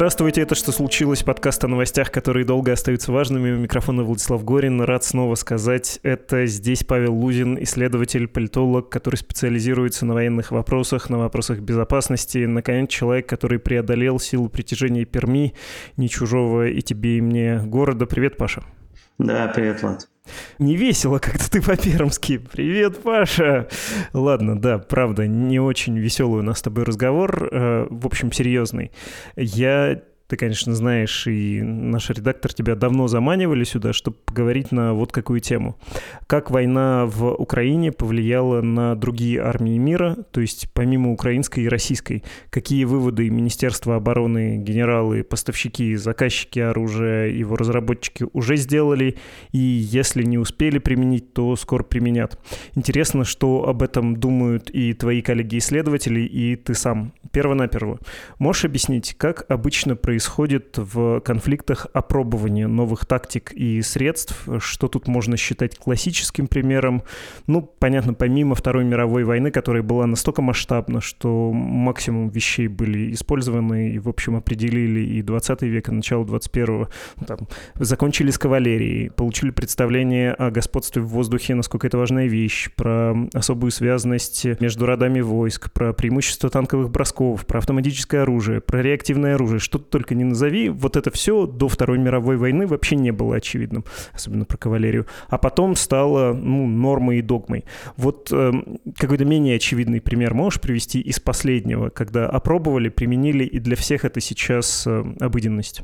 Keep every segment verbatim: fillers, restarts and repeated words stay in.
Здравствуйте, это «Что случилось?» Подкаст о новостях, которые долго остаются важными. У микрофона Владислав Горин. Рад снова сказать, это здесь Павел Лузин, исследователь, политолог, который специализируется на военных вопросах, на вопросах безопасности. Наконец, человек, который преодолел силу притяжения Перми, не чужого и тебе, и мне города. Привет, Паша. Да, привет, Влад. Не весело как-то ты по-пермски. Привет, Паша. Ладно, да, правда, не очень веселый у нас с тобой разговор. Э, в общем, серьезный. Я... Ты, конечно, знаешь, и наш редактор тебя давно заманивали сюда, чтобы поговорить на вот какую тему. Как война в Украине повлияла на другие армии мира, то есть помимо украинской и российской? Какие выводы Министерства обороны, генералы, поставщики, заказчики оружия, его разработчики уже сделали? И если не успели применить, то скоро применят. Интересно, что об этом думают и твои коллеги-исследователи, и ты сам. Перво-наперво. Можешь объяснить, как обычно происходит происходит в конфликтах опробование новых тактик и средств, что тут можно считать классическим примером. Ну, понятно, помимо Второй мировой войны, которая была настолько масштабна, что максимум вещей были использованы и, в общем, определили и двадцатый век, и начало двадцать первого. Там, закончили с кавалерией, получили представление о господстве в воздухе, насколько это важная вещь, про особую связанность между родами войск, про преимущество танковых бросков, про автоматическое оружие, про реактивное оружие, что только не назови, вот это все до Второй мировой войны вообще не было очевидным, особенно про кавалерию. А потом стало ну, нормой и догмой. Вот э, какой-то менее очевидный пример можешь привести из последнего, когда опробовали, применили, и для всех это сейчас э, обыденность?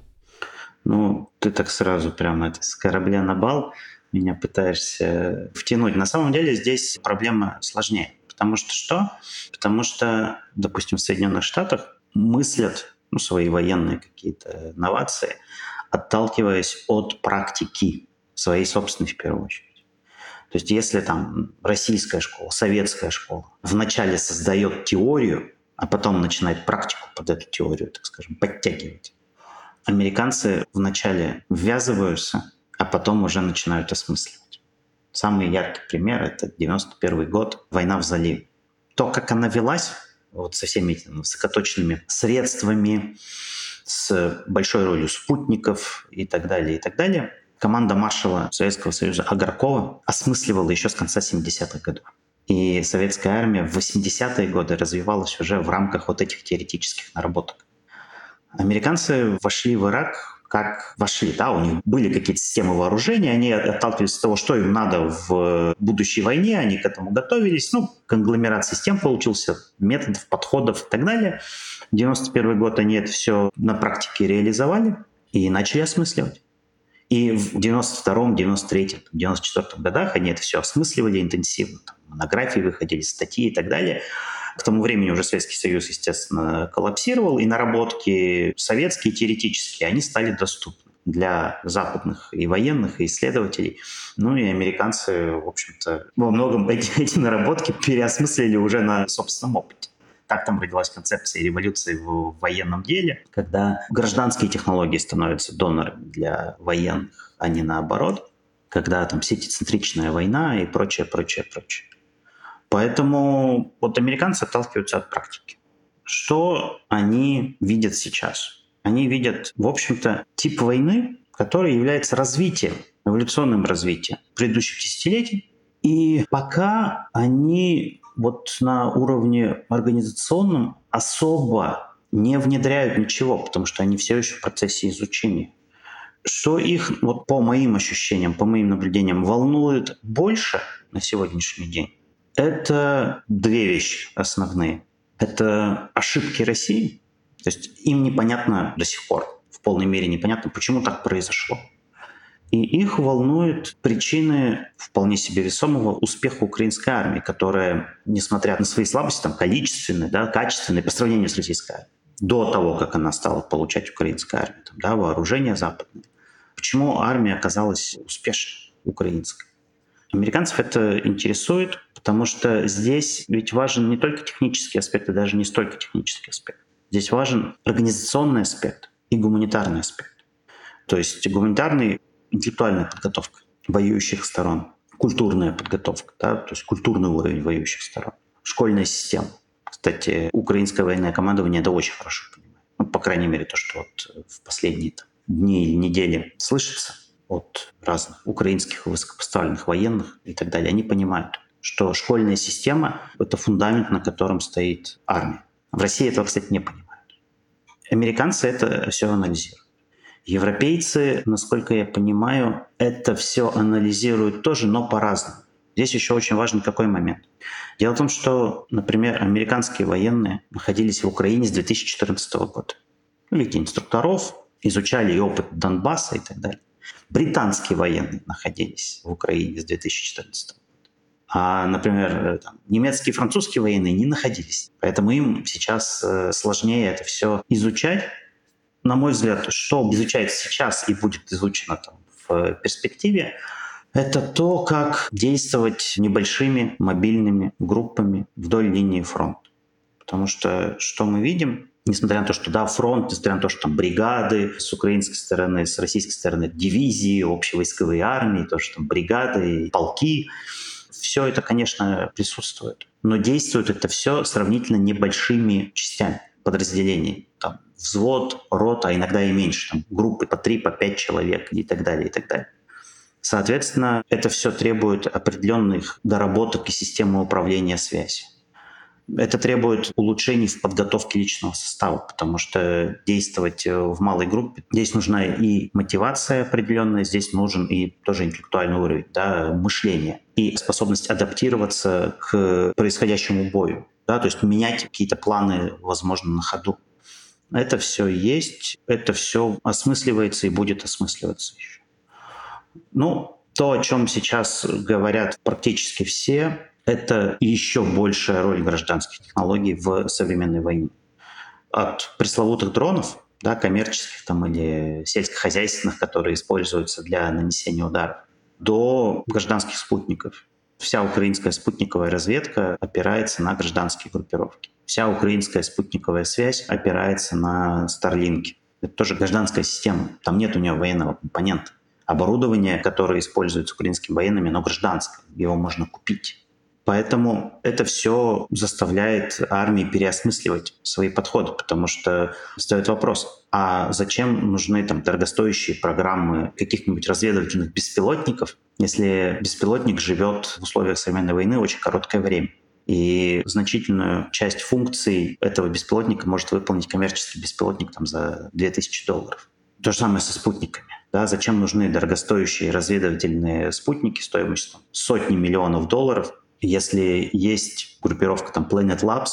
Ну, ты так сразу прямо это, с корабля на бал меня пытаешься втянуть. На самом деле здесь проблема сложнее. Потому что что? Потому что, допустим, в Соединенных Штатах мыслят ну, свои военные какие-то новации, отталкиваясь от практики своей собственной в первую очередь. То есть если там российская школа, советская школа вначале создает теорию, а потом начинает практику под эту теорию, так скажем, подтягивать, американцы вначале ввязываются, а потом уже начинают осмысливать. Самый яркий пример — это девяносто первый год, война в заливе. То, как она велась, вот со всеми этими высокоточными средствами, с большой ролью спутников и так далее, и так далее, команда маршала Советского Союза Агаркова осмысливала еще с конца семидесятых годов. И советская армия в восьмидесятые годы развивалась уже в рамках вот этих теоретических наработок. Американцы вошли в Ирак как вошли, да, у них были какие-то системы вооружения, они отталкивались от того, что им надо в будущей войне, они к этому готовились, ну, конгломерат систем получился, методов, подходов и так далее. В девяносто первый год они это все на практике реализовали и начали осмысливать. И в девяносто втором, девяносто третьем, девяносто четвёртом годах они это все осмысливали интенсивно. Там монографии выходили, статьи и так далее. К тому времени уже Советский Союз, естественно, коллапсировал, и наработки советские, теоретические, они стали доступны для западных и военных, и исследователей. Ну и американцы, в общем-то, во многом эти, эти наработки переосмыслили уже на собственном опыте. Так там родилась концепция революции в военном деле, когда гражданские технологии становятся донорами для военных, а не наоборот, когда там сетицентричная война и прочее, прочее, прочее. Поэтому вот американцы отталкиваются от практики. Что они видят сейчас? Они видят, в общем-то, тип войны, который является развитием, эволюционным развитием предыдущих десятилетий. И пока они вот на уровне организационном особо не внедряют ничего, потому что они все еще в процессе изучения. Что их, вот по моим ощущениям, по моим наблюдениям, волнует больше на сегодняшний день, это две вещи основные. Это ошибки России. То есть им непонятно до сих пор, в полной мере непонятно, почему так произошло. И их волнуют причины вполне себе весомого успеха украинской армии, которая, несмотря на свои слабости, там, количественные, да, качественные, по сравнению с российской армией, до того, как она стала получать украинская армия, там, да, вооружение западное. Почему армия оказалась успешной, украинской? Американцев это интересует, потому что здесь ведь важен не только технический аспект, и даже не столько технический аспект. Здесь важен организационный аспект и гуманитарный аспект. То есть гуманитарный — интеллектуальная подготовка воюющих сторон, культурная подготовка, да, то есть культурный уровень воюющих сторон, школьная система. Кстати, украинское военное командование это очень хорошо понимает. по крайней мере, то, что вот в последние там, дни или недели слышится от разных украинских высокопоставленных военных и так далее, они понимают, что школьная система — это фундамент, на котором стоит армия. В России этого, кстати, не понимают. Американцы это все анализируют. Европейцы, насколько я понимаю, это все анализируют тоже, но по-разному. Здесь еще очень важный какой момент. Дело в том, что, например, американские военные находились в Украине с две тысячи четырнадцатого года. В виде инструкторов, изучали и опыт Донбасса и так далее. Британские военные находились в Украине с две тысячи четырнадцатого года. А, например, там, немецкие и французские военные не находились. Поэтому им сейчас э, сложнее это все изучать. На мой взгляд, что изучается сейчас и будет изучено там, в перспективе, это то, как действовать небольшими мобильными группами вдоль линии фронта. Потому что что мы видим, несмотря на то, что да, фронт, несмотря на то, что там бригады с украинской стороны, с российской стороны дивизии, общевойсковые армии, то, что там бригады, полки, все это, конечно, присутствует. Но действует это все сравнительно небольшими частями подразделений. Там, взвод, рота, а иногда и меньше, там, группы по три, по пять человек и так далее, и так далее. Соответственно, это все требует определенных доработок и системы управления связью. Это требует улучшений в подготовке личного состава, потому что действовать в малой группе, здесь нужна и мотивация определенная, здесь нужен и тоже интеллектуальный уровень, да, мышления и способность адаптироваться к происходящему бою, да, то есть менять какие-то планы, возможно, на ходу. Это все есть, это все осмысливается и будет осмысливаться еще. Ну, то, о чем сейчас говорят практически все, это еще большая роль гражданских технологий в современной войне. От пресловутых дронов, да, коммерческих там, или сельскохозяйственных, которые используются для нанесения ударов, до гражданских спутников. Вся украинская спутниковая разведка опирается на гражданские группировки. Вся украинская спутниковая связь опирается на Starlink. Это тоже гражданская система. Там нет у нее военного компонента. Оборудование, которое используется украинскими военными, оно гражданское. Его можно купить. Поэтому это все заставляет армии переосмысливать свои подходы, потому что встает вопрос, а зачем нужны там дорогостоящие программы каких-нибудь разведывательных беспилотников, если беспилотник живет в условиях современной войны очень короткое время? И значительную часть функций этого беспилотника может выполнить коммерческий беспилотник там, за две тысячи долларов. То же самое со спутниками. Да, зачем нужны дорогостоящие разведывательные спутники стоимостью там, сотни миллионов долларов, если есть группировка там, Planet Labs,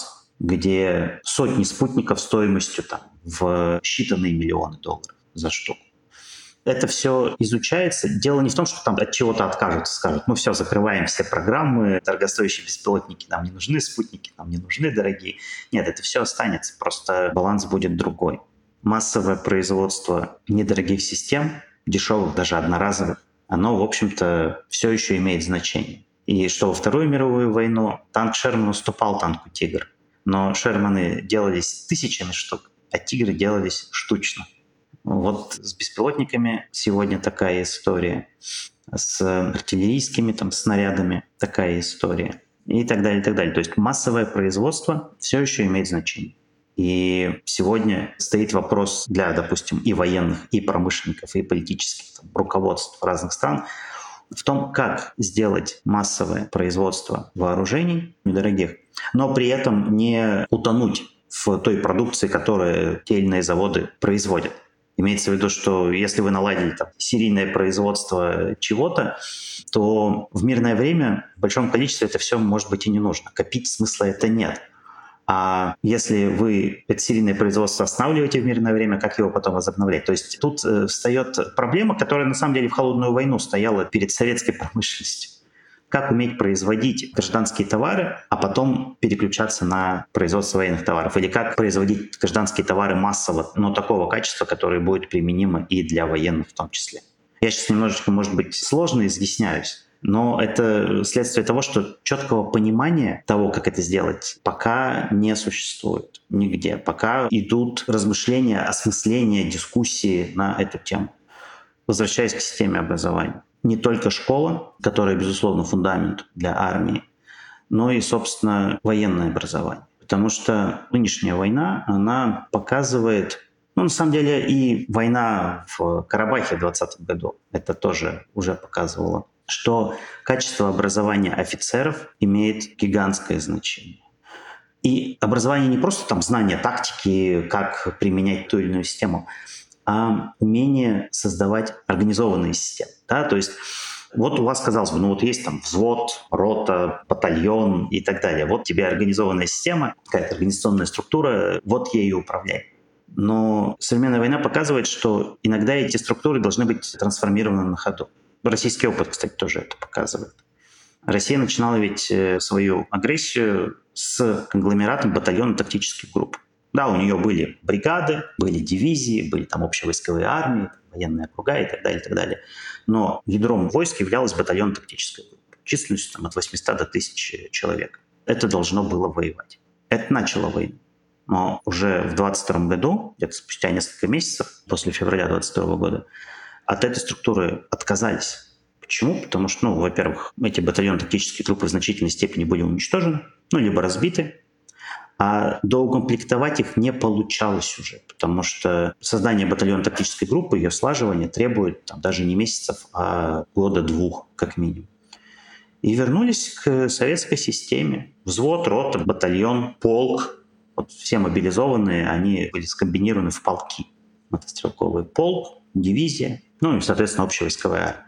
где сотни спутников стоимостью там, в считанные миллионы долларов за штуку. Это все изучается. Дело не в том, что там от чего-то откажутся, скажут, ну все, закрываем все программы, дорогостоящие беспилотники нам не нужны, спутники нам не нужны, дорогие. Нет, это все останется, просто баланс будет другой. Массовое производство недорогих систем, дешевых, даже одноразовых, оно, в общем-то, все еще имеет значение. И что во Вторую мировую войну танк Шерман уступал танку «Тигр». Но Шерманы делались тысячами штук, а «Тигры» делались штучно. Вот с беспилотниками сегодня такая история. С артиллерийскими там, снарядами такая история. И так далее, и так далее. То есть массовое производство все еще имеет значение. И сегодня стоит вопрос для, допустим, и военных, и промышленников, и политических там, руководств разных стран в том, как сделать массовое производство вооружений недорогих, но при этом не утонуть в той продукции, которую те или иные заводы производят. Имеется в виду, что если вы наладили там, серийное производство чего-то, то в мирное время в большом количестве это все может быть и не нужно. Копить смысла это нет. А если вы это серийное производство останавливаете в мирное время, как его потом возобновлять? То есть тут э, встает проблема, которая на самом деле в холодную войну стояла перед советской промышленностью. Как уметь производить гражданские товары, а потом переключаться на производство военных товаров? Или как производить гражданские товары массово, но такого качества, которое будет применимо и для военных в том числе? Я сейчас немножечко, может быть, сложно изъясняюсь, но это следствие того, что четкого понимания того, как это сделать, пока не существует нигде. Пока идут размышления, осмысления, дискуссии на эту тему. Возвращаясь к системе образования. Не только школа, которая, безусловно, фундамент для армии, но и, собственно, военное образование. Потому что нынешняя война, она показывает Ну, на самом деле, и война в Карабахе в двадцатом году это тоже уже показывало, что качество образования офицеров имеет гигантское значение. И образование не просто там знание тактики, как применять ту или иную систему, а умение создавать организованные системы. Да? То есть вот у вас, казалось бы, ну вот есть там взвод, рота, батальон и так далее. Вот тебе организованная система, какая-то организационная структура, вот ею управляй. Но современная война показывает, что иногда эти структуры должны быть трансформированы на ходу. Российский опыт, кстати, тоже это показывает. Россия начинала ведь свою агрессию с конгломератом батальонно-тактических групп. Да, у нее были бригады, были дивизии, были там общевойсковые армии, военные округа и так далее, и так далее. Но ядром войск являлась батальон-тактическая группа, численностью там, от восьмисот до тысячи человек. Это должно было воевать. Это начало войну. Но уже в двадцать втором году, где-то спустя несколько месяцев, после февраля двадцать второго года, от этой структуры отказались. Почему? Потому что, ну, во-первых, эти батальонно-тактические группы в значительной степени были уничтожены, ну, либо разбиты, а доукомплектовать их не получалось уже, потому что создание батальонно-тактической группы, ее слаживание требует там, даже не месяцев, а года-двух как минимум. И вернулись к советской системе. Взвод, рота, батальон, полк. Вот все мобилизованные, они были скомбинированы в полки. Мотострелковый полк, дивизия, ну и, соответственно, общевойсковая армия.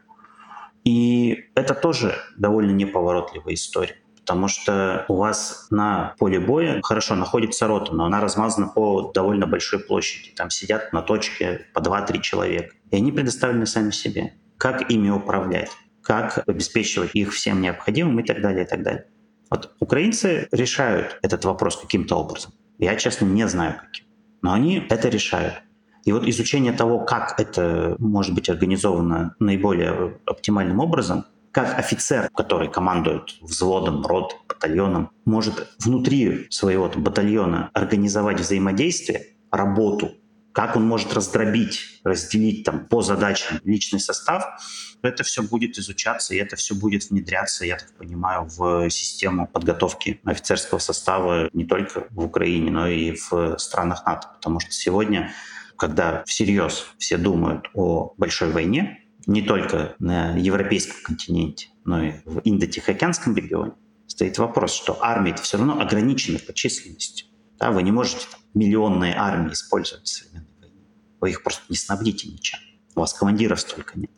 И это тоже довольно неповоротливая история, потому что у вас на поле боя, хорошо, находится рота, но она размазана по довольно большой площади. Там сидят на точке по два-три человека. И они предоставлены сами себе. Как ими управлять? Как обеспечивать их всем необходимым и так далее, и так далее. Вот украинцы решают этот вопрос каким-то образом. Я, честно, не знаю каким. Но они это решают. И вот изучение того, как это может быть организовано наиболее оптимальным образом, как офицер, который командует взводом, ротой, батальоном, может внутри своего там, батальона организовать взаимодействие, работу, как он может раздробить, разделить там, по задачам личный состав, это все будет изучаться, и это все будет внедряться, я так понимаю, в систему подготовки офицерского состава не только в Украине, но и в странах НАТО. Потому что сегодня, когда всерьез все думают о большой войне, не только на европейском континенте, но и в Индо-Тихоокеанском регионе, стоит вопрос, что армии все равно ограничены по численности. Да, вы не можете там, миллионные армии использовать в современной войне. Вы их просто не снабдите ничем. У вас командиров столько нет.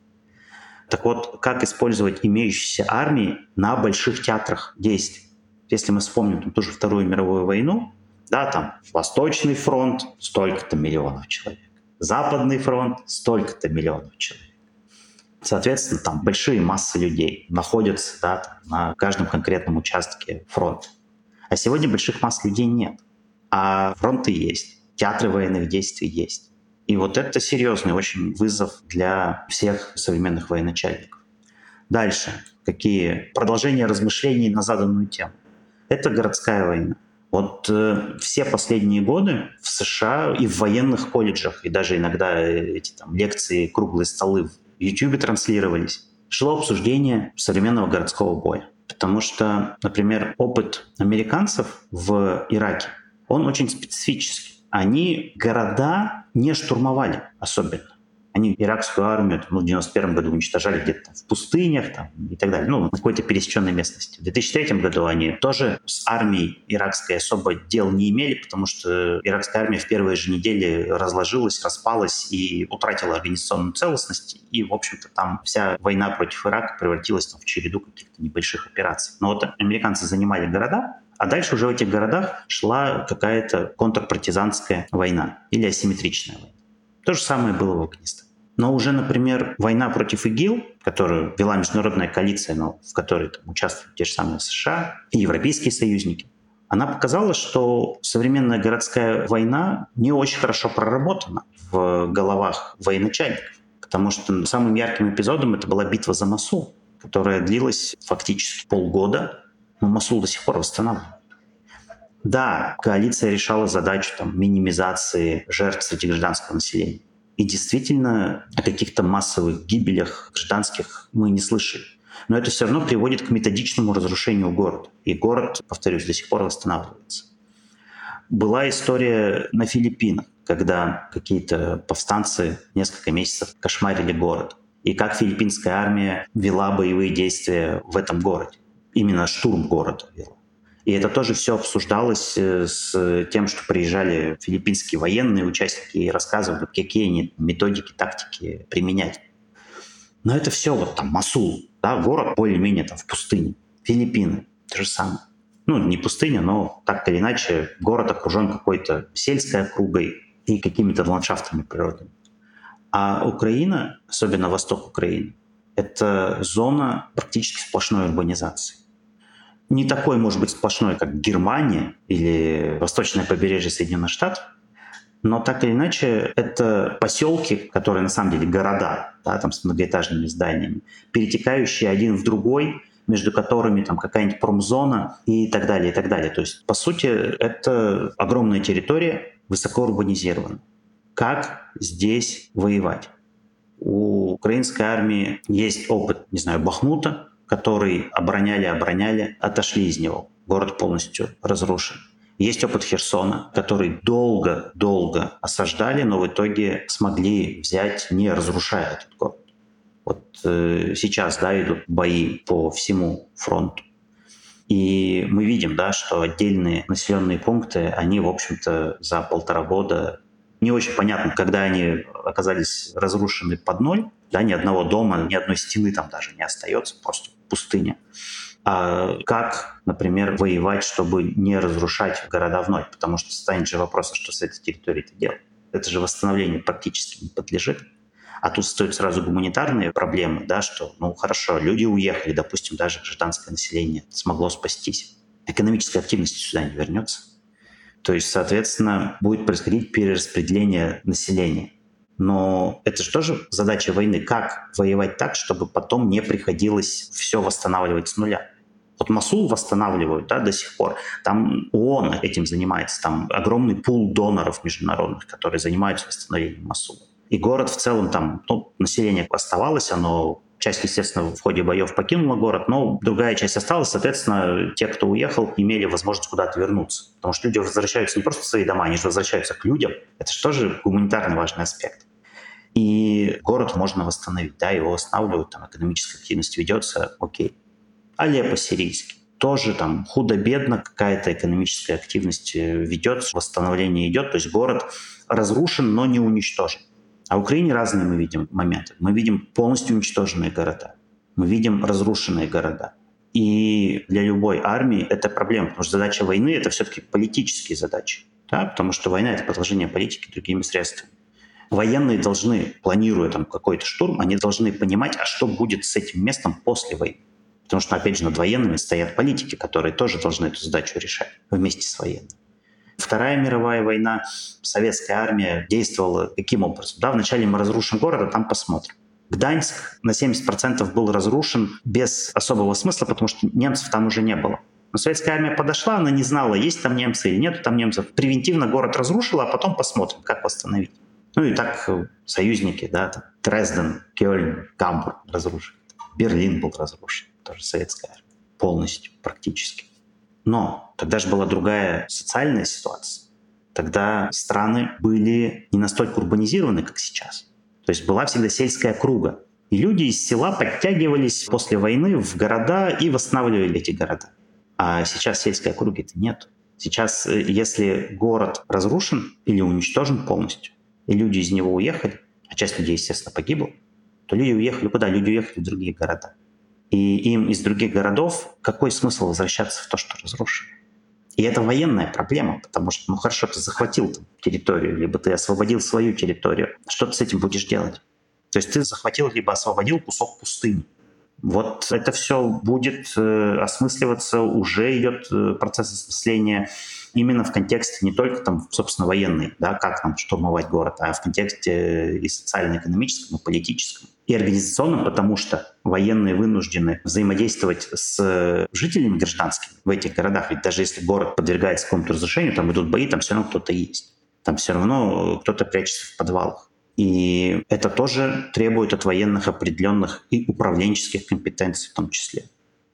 Так вот, как использовать имеющиеся армии на больших театрах действий? Если мы вспомним там, ту же Вторую мировую войну, да, там Восточный фронт — столько-то миллионов человек, Западный фронт — столько-то миллионов человек. Соответственно, там большие массы людей находятся да, там, на каждом конкретном участке фронта. А сегодня больших масс людей нет. А фронты есть, театры военных действий есть. И вот это серьезный очень вызов для всех современных военачальников. Дальше. Какие продолжения размышлений на заданную тему? Это городская война. Вот э, все последние годы в США и в военных колледжах, и даже иногда эти там, лекции, круглые столы в YouTube транслировались, шло обсуждение современного городского боя. Потому что, например, опыт американцев в Ираке, он очень специфический. Они города не штурмовали особенно. Они иракскую армию там, ну, в девяносто первом году уничтожали где-то там, в пустынях там, и так далее, ну, на какой-то пересеченной местности. В две тысячи третьем году они тоже с армией иракской особо дел не имели, потому что иракская армия в первые же недели разложилась, распалась и утратила организационную целостность. И, в общем-то, там вся война против Ирака превратилась там, в череду каких-то небольших операций. Но вот американцы занимали города, а дальше уже в этих городах шла какая-то контрпартизанская война или асимметричная война. То же самое было в Афганистане. Но уже, например, война против ИГИЛ, которую вела международная коалиция, но в которой там, участвуют те же самые США и европейские союзники, она показала, что современная городская война не очень хорошо проработана в головах военачальников. Потому что самым ярким эпизодом это была битва за Мосул, которая длилась фактически полгода, но Мосул до сих пор восстанавливает. Да, коалиция решала задачу там, минимизации жертв среди гражданского населения. И действительно, о каких-то массовых гибелях гражданских мы не слышали. Но это все равно приводит к методичному разрушению города. И город, повторюсь, до сих пор восстанавливается. Была история на Филиппинах, когда какие-то повстанцы несколько месяцев кошмарили город. И как филиппинская армия вела боевые действия в этом городе. Именно штурм города вела. И это тоже все обсуждалось с тем, что приезжали филиппинские военные участники и рассказывали, какие они методики, тактики применять. Но это все вот там Масул, да, город более-менее там в пустыне. Филиппины, то же самое. Ну, не пустыня, но так или иначе город окружен какой-то сельской округой и какими-то ландшафтами природными. А Украина, особенно восток Украины, это зона практически сплошной урбанизации. Не такой, может быть, сплошной, как Германия или восточное побережье Соединенных Штатов, но так или иначе это поселки, которые на самом деле города, да, там с многоэтажными зданиями, перетекающие один в другой, между которыми там какая-нибудь промзона и так далее, и так далее. То есть, по сути, это огромная территория, высоко урбанизирована. Как здесь воевать? У украинской армии есть опыт, не знаю, Бахмута, который обороняли, обороняли, отошли из него. Город полностью разрушен. Есть опыт Херсона, который долго-долго осаждали, но в итоге смогли взять, не разрушая этот город. Вот э, сейчас, да, идут бои по всему фронту. И мы видим, да, что отдельные населенные пункты, они, в общем-то, за полтора года не очень понятно, когда они оказались разрушены под ноль, да, ни одного дома, ни одной стены там даже не остается, просто пустыня. А как, например, воевать, чтобы не разрушать города вновь? Потому что станет же вопрос, а что с этой территорией-то делать? Это же восстановление практически не подлежит. А тут стоят сразу гуманитарные проблемы, да, что, ну хорошо, люди уехали, допустим, даже гражданское население смогло спастись. Экономическая активность сюда не вернется. То есть, соответственно, будет происходить перераспределение населения. Но это же тоже задача войны. Как воевать так, чтобы потом не приходилось все восстанавливать с нуля? Вот Масул восстанавливают, да, до сих пор. Там ООН этим занимается. Там огромный пул доноров международных, которые занимаются восстановлением Масула. И город в целом, там, ну, население оставалось, оно, часть, естественно, в ходе боев покинула город, но другая часть осталась, соответственно, те, кто уехал, имели возможность куда-то вернуться. Потому что люди возвращаются не просто в свои дома, они же возвращаются к людям. Это же тоже гуманитарный важный аспект. И город можно восстановить, да, его восстанавливают, там экономическая активность ведется, окей. Алеппо сирийский. Тоже там худо-бедно какая-то экономическая активность ведется, восстановление идет, то есть город разрушен, но не уничтожен. А в Украине разные мы видим моменты. Мы видим полностью уничтоженные города. Мы видим разрушенные города. И для любой армии это проблема, потому что задача войны — это все-таки политические задачи. Да? Потому что война — это продолжение политики другими средствами. Военные должны, планируя там какой-то штурм, они должны понимать, а что будет с этим местом после войны. Потому что, опять же, над военными стоят политики, которые тоже должны эту задачу решать вместе с военными. Вторая мировая война, советская армия действовала каким образом? Да, вначале мы разрушим город, а там посмотрим. Гданьск на семьдесят процентов был разрушен без особого смысла, потому что немцев там уже не было. Но советская армия подошла, она не знала, есть там немцы или нет там немцев. Превентивно город разрушила, а потом посмотрим, как восстановить. Ну и так союзники, да, там, Дрезден, Кёльн, Гамбург разрушили. Берлин был разрушен, тоже советская армия, полностью практически. Но тогда же была другая социальная ситуация. Тогда страны были не настолько урбанизированы, как сейчас. То есть была всегда сельская округа. И люди из села подтягивались после войны в города и восстанавливали эти города. А сейчас сельской округи-то нет. Сейчас, если город разрушен или уничтожен полностью, и люди из него уехали, а часть людей, естественно, погибла, то люди уехали куда? Люди уехали в другие города. И им из других городов какой смысл возвращаться в то, что разрушено? И это военная проблема, потому что, ну хорошо, ты захватил там территорию, либо ты освободил свою территорию. Что ты с этим будешь делать? То есть ты захватил, либо освободил кусок пустыни. Вот это все будет э, осмысливаться, уже идет э, процесс осмысления именно в контексте не только там, собственно, военный, да, как там штурмовать город, а в контексте и социально-экономическом, и политическом, и организационном, потому что военные вынуждены взаимодействовать с жителями гражданскими в этих городах. Ведь даже если город подвергается какому-то разрушению, там идут бои, там все равно кто-то есть. Там все равно кто-то прячется в подвалах. И это тоже требует от военных определенных и управленческих компетенций в том числе.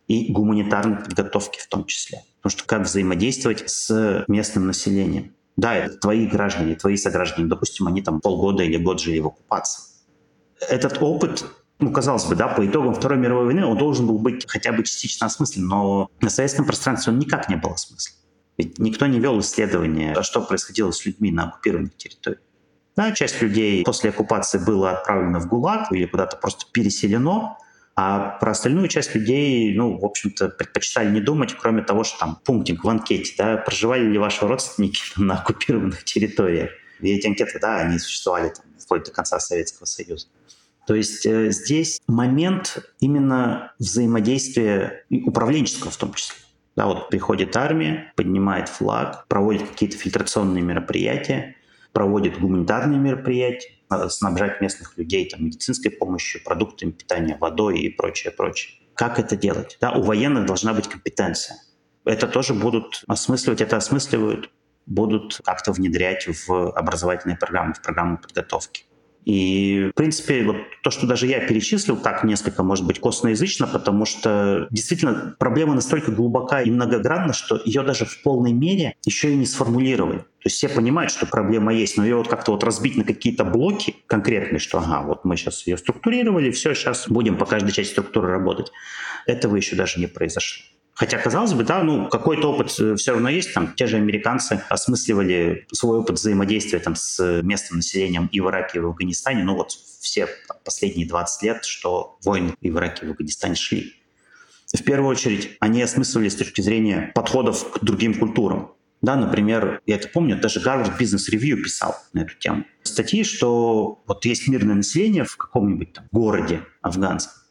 и гуманитарной подготовки в том числе. Потому что как взаимодействовать с местным населением. Да, это твои граждане, твои сограждане. Допустим, они там полгода или год жили в оккупации. Этот опыт, ну, казалось бы, да, по итогам Второй мировой войны он должен был быть хотя бы частично осмыслен, но на советском пространстве он никак не был осмыслен. Ведь никто не вел исследования, что происходило с людьми на оккупированных территориях. Да, часть людей после оккупации была отправлена в ГУЛАГ или куда-то просто переселено, а про остальную часть людей, ну, в общем-то, предпочитали не думать, кроме того, что там пунктик в анкете, да, проживали ли ваши родственники там, на оккупированных территориях. И эти анкеты, да, они существовали там, вплоть до конца Советского Союза. То есть э, здесь момент именно взаимодействия управленческого в том числе. Да, вот приходит армия, поднимает флаг, проводит какие-то фильтрационные мероприятия, проводит гуманитарные мероприятия, снабжать местных людей там, медицинской помощью, продуктами питания, водой и прочее, прочее. Как это делать? Да, у военных должна быть компетенция. Это тоже будут осмысливать, это осмысливают, будут как-то внедрять в образовательные программы, в программы подготовки. И, в принципе, вот то, что даже я перечислил, так несколько, может быть, косноязычно, потому что действительно проблема настолько глубока и многогранна, что ее даже в полной мере еще и не сформулировали. То есть все понимают, что проблема есть, но ее вот как-то вот разбить на какие-то блоки конкретные, что ага, вот мы сейчас ее структурировали, все, сейчас будем по каждой части структуры работать. Этого еще даже не произошло. Хотя, казалось бы, да, ну, какой-то опыт все равно есть. Там те же американцы осмысливали свой опыт взаимодействия там, с местным населением и в Ираке, и в Афганистане. Ну, вот все там, последние двадцать лет, что войны и в Ираке, и в Афганистане шли. В первую очередь, они осмысливали с точки зрения подходов к другим культурам. Да, например, я это помню, даже Harvard Business Review писал на эту тему. Статьи, что вот есть мирное население в каком-нибудь там городе афганском,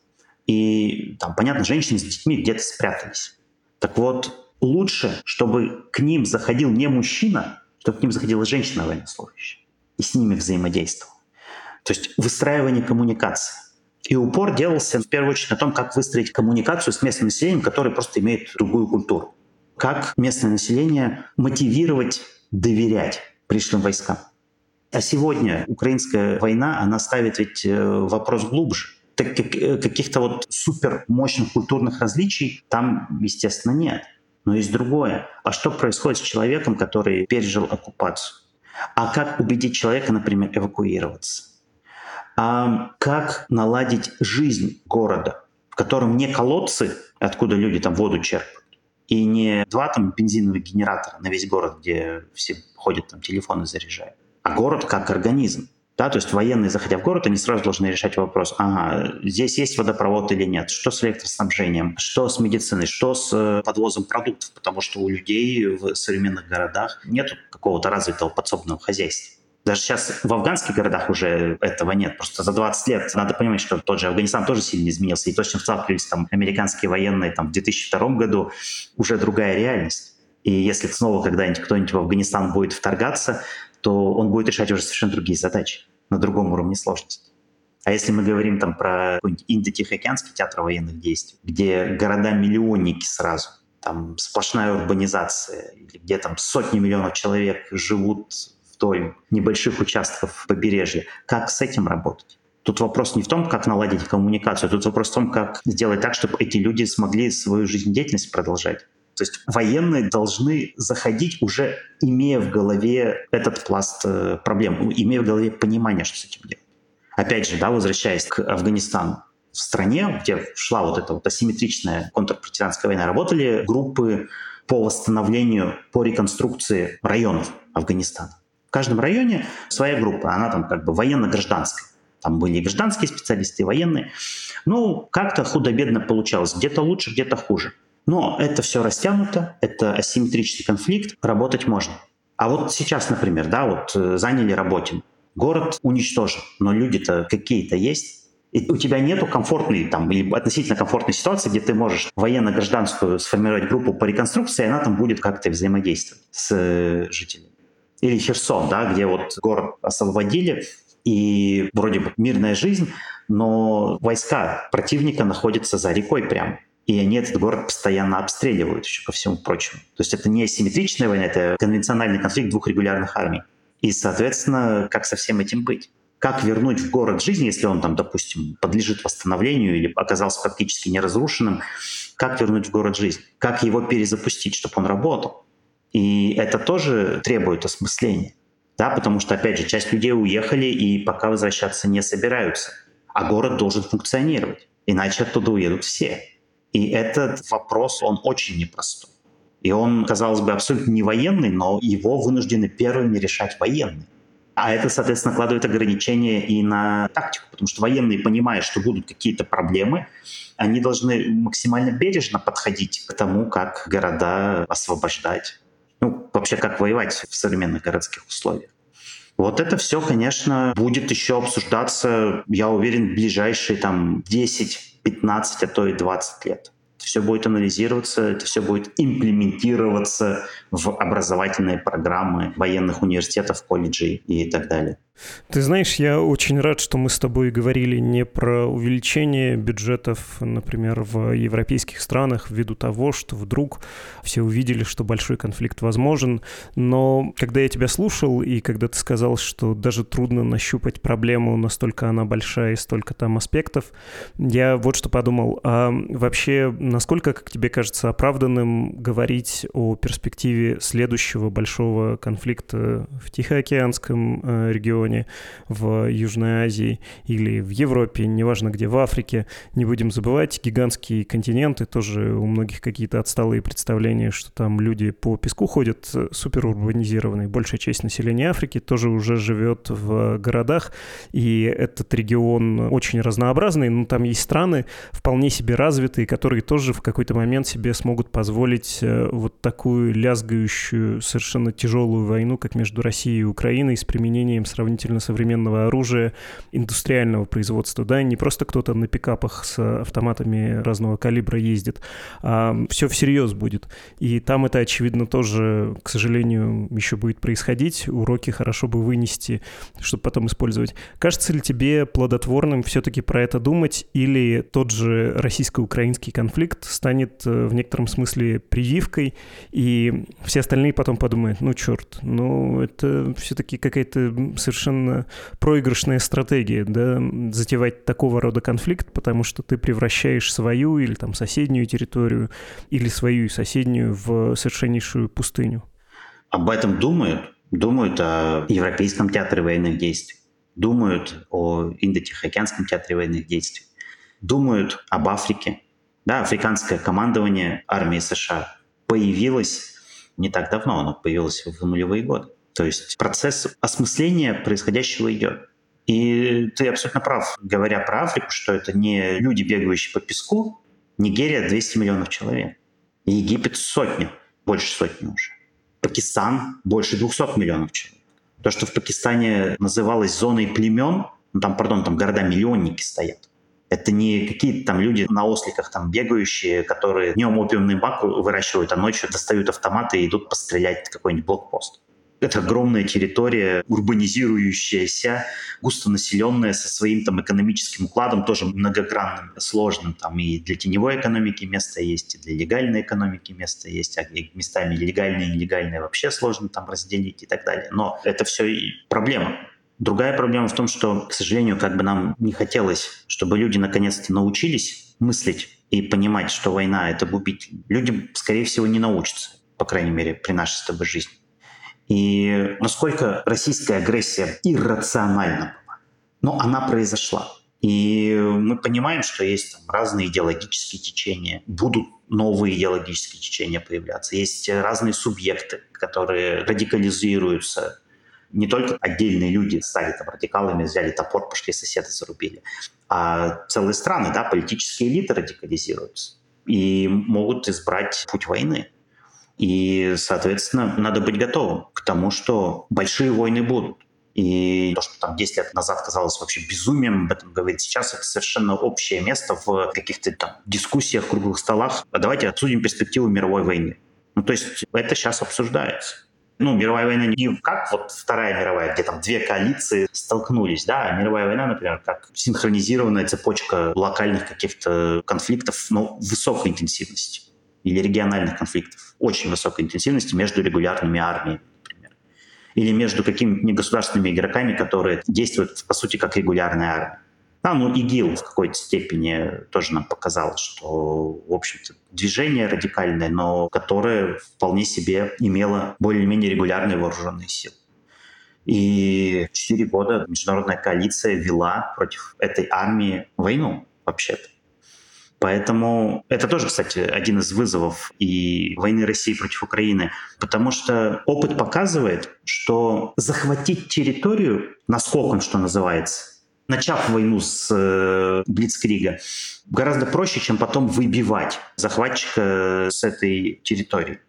и там, понятно, женщины с детьми где-то спрятались. Так вот, лучше, чтобы к ним заходил не мужчина, чтобы к ним заходила женщина военнослужащая и с ними взаимодействовала. То есть выстраивание коммуникации. И упор делался в первую очередь на том, как выстроить коммуникацию с местным населением, которое просто имеет другую культуру. Как местное население мотивировать, доверять пришлым войскам. А сегодня украинская война, она ставит ведь вопрос глубже. Так как каких-то вот супер мощных культурных различий там, естественно, нет. Но есть другое. А что происходит с человеком, который пережил оккупацию? А как убедить человека, например, эвакуироваться? А как наладить жизнь города, в котором не колодцы, откуда люди там воду черпают, и не два там бензиновых генератора на весь город, где все ходят, там телефоны заряжают, а город как организм. Да, то есть военные, заходя в город, они сразу должны решать вопрос, ага, здесь есть водопровод или нет, что с электроснабжением, что с медициной, что с подвозом продуктов, потому что у людей в современных городах нет какого-то развитого подсобного хозяйства. Даже сейчас в афганских городах уже этого нет. Просто за двадцать лет надо понимать, что тот же Афганистан тоже сильно изменился. И то, с чем сталкивались там американские военные там, в две тысячи втором году, уже другая реальность. И если снова когда-нибудь кто-нибудь в Афганистан будет вторгаться, то он будет решать уже совершенно другие задачи на другом уровне сложности. А если мы говорим там про какой-нибудь Индо-Тихоокеанский театр военных действий, где города-миллионники сразу, там сплошная урбанизация, где там сотни миллионов человек живут вдоль небольших участков побережья, как с этим работать? Тут вопрос не в том, как наладить коммуникацию, тут вопрос в том, как сделать так, чтобы эти люди смогли свою жизнедеятельность продолжать. То есть военные должны заходить, уже имея в голове этот пласт э, проблем, имея в голове понимание, что с этим делать. Опять же, да, возвращаясь к Афганистану, в стране, где шла вот эта вот асимметричная контрпартизанская война, работали группы по восстановлению, по реконструкции районов Афганистана. В каждом районе своя группа, она там как бы военно-гражданская. Там были и гражданские специалисты, и военные. Ну, как-то худо-бедно получалось. Где-то лучше, где-то хуже. Но это все растянуто, это асимметричный конфликт, работать можно. А вот сейчас, например, да, вот заняли Работин. Город уничтожен, но люди-то какие-то есть. И у тебя нету комфортной там, или относительно комфортной ситуации, где ты можешь военно-гражданскую сформировать группу по реконструкции, и она там будет как-то взаимодействовать с жителями. Или Херсон, да, где вот город освободили, и вроде бы мирная жизнь, но войска противника находятся за рекой прямо. И они этот город постоянно обстреливают еще ко всему прочему. То есть это не асимметричная война, это конвенциональный конфликт двух регулярных армий. И, соответственно, как со всем этим быть? Как вернуть в город жизнь, если он там, допустим, подлежит восстановлению или оказался практически неразрушенным? как вернуть в город жизнь, как его перезапустить, чтобы он работал. И это тоже требует осмысления, да, потому что, опять же, часть людей уехали и пока возвращаться не собираются, а город должен функционировать, иначе оттуда уедут все. И этот вопрос, он очень непростой. И он, казалось бы, абсолютно не военный, но его вынуждены первыми решать военные. А это, соответственно, накладывает ограничения и на тактику, потому что военные, понимая, что будут какие-то проблемы, они должны максимально бережно подходить к тому, как города освобождать. Ну, вообще, как воевать в современных городских условиях. Вот это все, конечно, будет еще обсуждаться, я уверен, в ближайшие там десять, пятнадцать, а то и двадцать лет. Это все будет анализироваться, это все будет имплементироваться в образовательные программы военных университетов, колледжей и так далее. Ты знаешь, я очень рад, что мы с тобой говорили не про увеличение бюджетов, например, в европейских странах, ввиду того, что вдруг все увидели, что большой конфликт возможен. Но когда я тебя слушал, и когда ты сказал, что даже трудно нащупать проблему, настолько она большая и столько там аспектов, я вот что подумал. А вообще, насколько, как тебе кажется, оправданным говорить о перспективе следующего большого конфликта в Тихоокеанском регионе, в Южной Азии или в Европе, неважно где, в Африке. Не будем забывать, гигантские континенты, тоже у многих какие-то отсталые представления, что там люди по песку ходят, суперурбанизированные. Большая часть населения Африки тоже уже живет в городах, и этот регион очень разнообразный, но там есть страны вполне себе развитые, которые тоже в какой-то момент себе смогут позволить вот такую лязгающую, совершенно тяжелую войну, как между Россией и Украиной, с применением сравнительно современного оружия индустриального производства, да, не просто кто-то на пикапах с автоматами разного калибра ездит, а все всерьез будет. И там это, очевидно, тоже, к сожалению, еще будет происходить. Уроки хорошо бы вынести, чтобы потом использовать. Кажется ли тебе плодотворным все-таки про это думать, или тот же российско-украинский конфликт станет в некотором смысле прививкой, и все остальные потом подумают, ну, черт, ну, это все-таки какая-то совершенно проигрышная стратегия, да, затевать такого рода конфликт, потому что ты превращаешь свою или там соседнюю территорию, или свою и соседнюю в совершеннейшую пустыню. Об этом думают. Думают о Европейском театре военных действий. Думают о Индо-Тихоокеанском театре военных действий. Думают об Африке. Да, африканское командование армии США появилось не так давно, оно появилось в нулевые годы. То есть процесс осмысления происходящего идет. И ты абсолютно прав, говоря про Африку, что это не люди, бегающие по песку. Нигерия — двести миллионов человек. И Египет — сотни, больше сотни уже. Пакистан — больше двухсот миллионов человек. То, что в Пакистане называлось зоной племен, ну там, пардон, там города-миллионники стоят. Это не какие-то там люди на осликах там бегающие, которые днем опиумный бак выращивают, а ночью достают автоматы и идут пострелять в какой-нибудь блокпост. Это огромная территория, урбанизирующаяся, густонаселенная, со своим там экономическим укладом, тоже многогранным, сложным. Там и для теневой экономики место есть, и для легальной экономики место есть, а местами легальные и нелегальные вообще сложно там разделить и так далее. Но это все и проблема. Другая проблема в том, что, к сожалению, как бы нам не хотелось, чтобы люди наконец-то научились мыслить и понимать, что война — это губитель. Люди, скорее всего, не научатся, по крайней мере, при нашей с тобой жизни. И насколько российская агрессия иррациональна была, но она произошла. И мы понимаем, что есть там разные идеологические течения, будут новые идеологические течения появляться. Есть разные субъекты, которые радикализируются. Не только отдельные люди стали там радикалами, взяли топор, пошли соседа зарубили, а целые страны, да, политические элиты радикализируются и могут избрать путь войны. И, соответственно, надо быть готовым к тому, что большие войны будут. И то, что там десять лет назад казалось вообще безумием об этом говорить, сейчас это совершенно общее место в каких-то там дискуссиях, круглых столах. А давайте обсудим перспективу мировой войны. Ну, то есть это сейчас обсуждается. Ну, мировая война не как вот Вторая мировая, где там две коалиции столкнулись, да, а мировая война, например, как синхронизированная цепочка локальных каких-то конфликтов, но высокой интенсивности. Или региональных конфликтов очень высокой интенсивности между регулярными армиями, например. Или между какими-то негосударственными игроками, которые действуют, по сути, как регулярная армия. А, ну, ИГИЛ в какой-то степени тоже нам показал, что, в общем-то, движение радикальное, но которое вполне себе имело более-менее регулярные вооруженные силы. И четыре года международная коалиция вела против этой армии войну, вообще-то. Поэтому это тоже, кстати, один из вызовов и войны России против Украины, потому что опыт показывает, что захватить территорию наскоком, что называется, начав войну с э, Блицкрига, гораздо проще, чем потом выбивать захватчика с этой территории.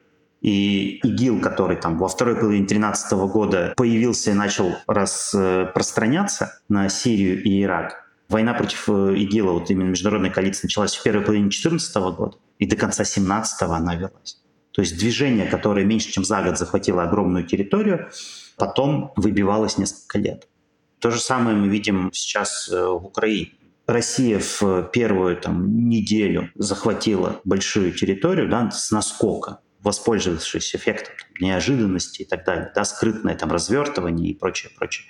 И ИГИЛ, который там во второй половине две тысячи тринадцатого года появился и начал распространяться на Сирию и Ирак, война против ИГИЛа, вот именно международная коалиция, началась в первой половине две тысячи четырнадцатого года, и до конца две тысячи семнадцатого она велась. То есть движение, которое меньше чем за год захватило огромную территорию, потом выбивалось несколько лет. То же самое мы видим сейчас в Украине. Россия в первую там, неделю захватила большую территорию, да, с наскока, воспользовавшись эффектом там, неожиданности и так далее, да, скрытное там развертывание и прочее, прочее.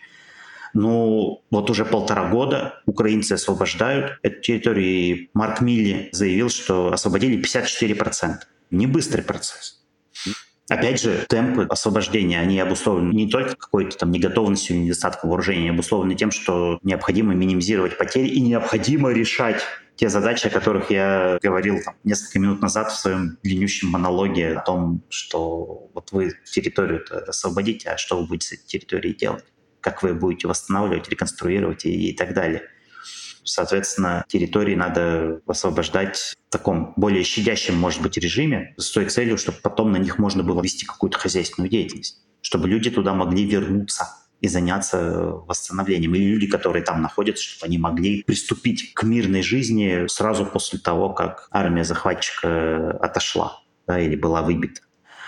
Ну, вот уже полтора года украинцы освобождают эту территорию, и Марк Милли заявил, что освободили пятьдесят четыре процента. Не быстрый процесс. Опять же, темпы освобождения, они обусловлены не только какой-то там неготовностью или недостатком вооружения, они обусловлены тем, что необходимо минимизировать потери и необходимо решать те задачи, о которых я говорил там, несколько минут назад в своем длиннющем монологе о том, что вот вы территорию-то освободите, а что вы будете с этой территорией делать? Как вы будете восстанавливать, реконструировать и, и так далее. Соответственно, территории надо освобождать в таком более щадящем, может быть, режиме с той целью, чтобы потом на них можно было вести какую-то хозяйственную деятельность, чтобы люди туда могли вернуться и заняться восстановлением. Или люди, которые там находятся, чтобы они могли приступить к мирной жизни сразу после того, как армия захватчика отошла, да, или была выбита.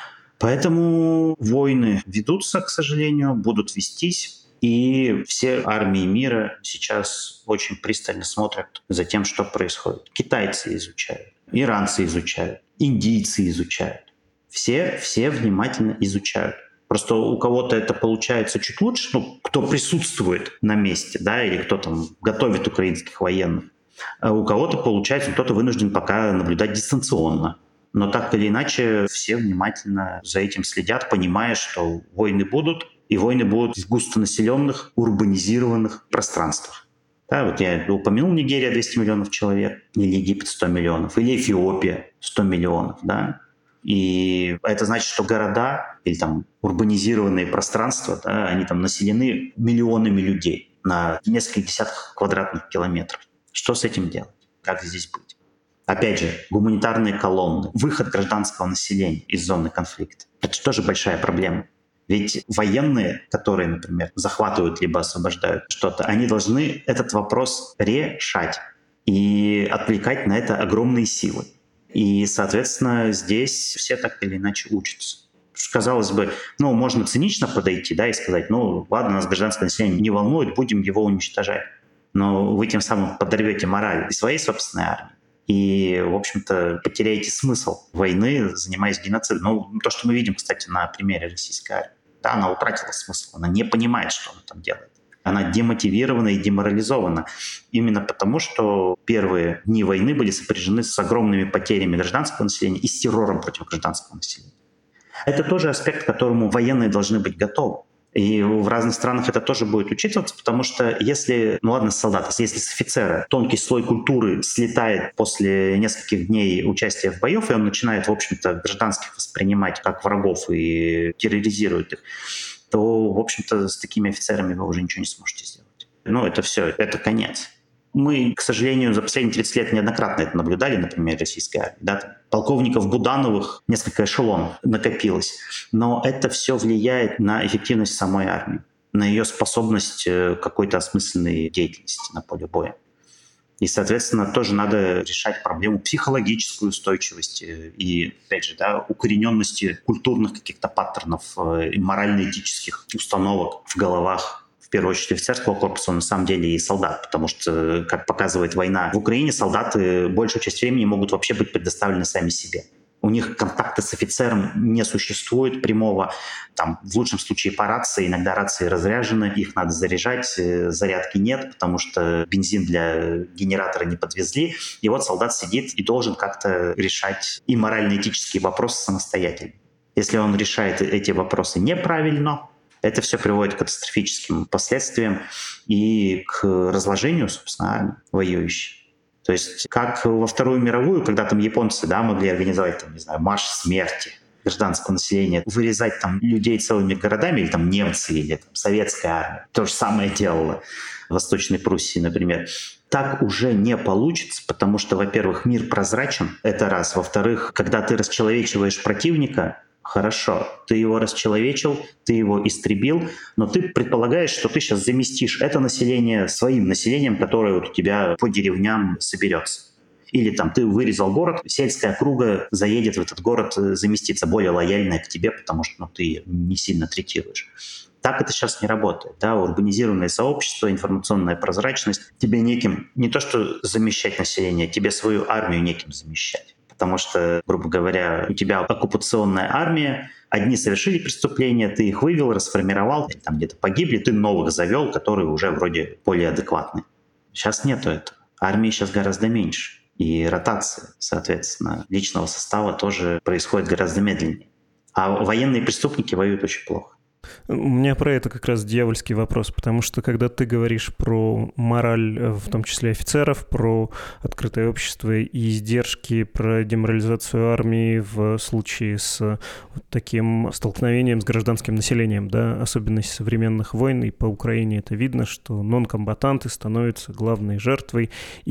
Поэтому войны ведутся, к сожалению, будут вестись. И все армии мира сейчас очень пристально смотрят за тем, что происходит. Китайцы изучают, иранцы изучают, индийцы изучают. Все, все внимательно изучают. Просто у кого-то это получается чуть лучше, ну, кто присутствует на месте, да, или кто там готовит украинских военных. А у кого-то получается, кто-то вынужден пока наблюдать дистанционно. Но так или иначе все внимательно за этим следят, понимая, что войны будут, и войны будут в густонаселенных, урбанизированных пространствах. Да, вот я упомянул Нигерия двести миллионов человек, или Египет сто миллионов, или Эфиопия сто миллионов. Да? И это значит, что города или там урбанизированные пространства, да, они там населены миллионами людей на несколько десятков квадратных километров. Что с этим делать? Как здесь быть? Опять же, гуманитарные колонны, выход гражданского населения из зоны конфликта. Это тоже большая проблема. Ведь военные, которые, например, захватывают либо освобождают что-то, они должны этот вопрос решать и отвлекать на это огромные силы. И, соответственно, здесь все так или иначе учатся. Казалось бы, ну, можно цинично подойти, да, и сказать, ну, ладно, нас гражданское население не волнует, будем его уничтожать. Но вы тем самым подорвете мораль и своей собственной армии. И, в общем-то, потеряете смысл войны, занимаясь геноцидом. Ну, то, что мы видим, кстати, на примере российской армии. Да, она утратила смысл, она не понимает, что она там делает. Она демотивирована и деморализована. Именно потому, что первые дни войны были сопряжены с огромными потерями гражданского населения и с террором против гражданского населения. Это тоже аспект, к которому военные должны быть готовы. И в разных странах это тоже будет учитываться, потому что если, ну ладно, с солдата, если с офицера тонкий слой культуры слетает после нескольких дней участия в боев, и он начинает, в общем-то, гражданских воспринимать как врагов и терроризирует их, то, в общем-то, с такими офицерами вы уже ничего не сможете сделать. Ну, это все, это конец. Мы, к сожалению, за последние тридцать лет неоднократно это наблюдали, например, российской армии. Да? Там, полковников Будановых несколько эшелонов накопилось. Но это все влияет на эффективность самой армии, на ее способность к какой-то осмысленной деятельности на поле боя. И, соответственно, тоже надо решать проблему психологической устойчивости и, опять же, да, укорененности культурных каких-то паттернов и морально-этических установок в головах, в первую очередь офицерского корпуса, на самом деле и солдат, потому что, как показывает война в Украине, солдаты большую часть времени могут вообще быть предоставлены сами себе. У них контакта с офицером не существует прямого. Там, в лучшем случае по рации. Иногда рации разряжены, их надо заряжать. Зарядки нет, потому что бензин для генератора не подвезли. И вот солдат сидит и должен как-то решать и морально-этические вопросы самостоятельно. Если он решает эти вопросы неправильно, это все приводит к катастрофическим последствиям и к разложению, собственно, армии воюющей. То есть как во Вторую мировую, когда там японцы, да, могли организовать, там, не знаю, марш смерти гражданского населения, вырезать там людей целыми городами, или там немцы, или там, советская армия. То же самое делала в Восточной Пруссии, например. Так уже не получится, потому что, во-первых, мир прозрачен, это раз. Во-вторых, когда ты расчеловечиваешь противника, хорошо, ты его расчеловечил, ты его истребил, но ты предполагаешь, что ты сейчас заместишь это население своим населением, которое вот у тебя по деревням соберется. Или там ты вырезал город, сельская округа заедет в этот город, заместиться более лояльная к тебе, потому что ну, ты ее не сильно третируешь. Так это сейчас не работает. Да? Урбанизированное сообщество, информационная прозрачность. Тебе неким не то что замещать население, тебе свою армию неким замещать. Потому что, грубо говоря, у тебя оккупационная армия, одни совершили преступления, ты их вывел, расформировал, там где-то погибли, ты новых завел, которые уже вроде более адекватны. Сейчас нету этого. Армии сейчас гораздо меньше. И ротация, соответственно, личного состава тоже происходит гораздо медленнее. А военные преступники воюют очень плохо. У меня про это как раз дьявольский вопрос, потому что когда ты говоришь про мораль, в том числе офицеров, про открытое общество и издержки, про деморализацию армии в случае с вот таким столкновением с гражданским населением, да, особенность современных войн, и по Украине это видно, что нон-комбатанты становятся главной жертвой,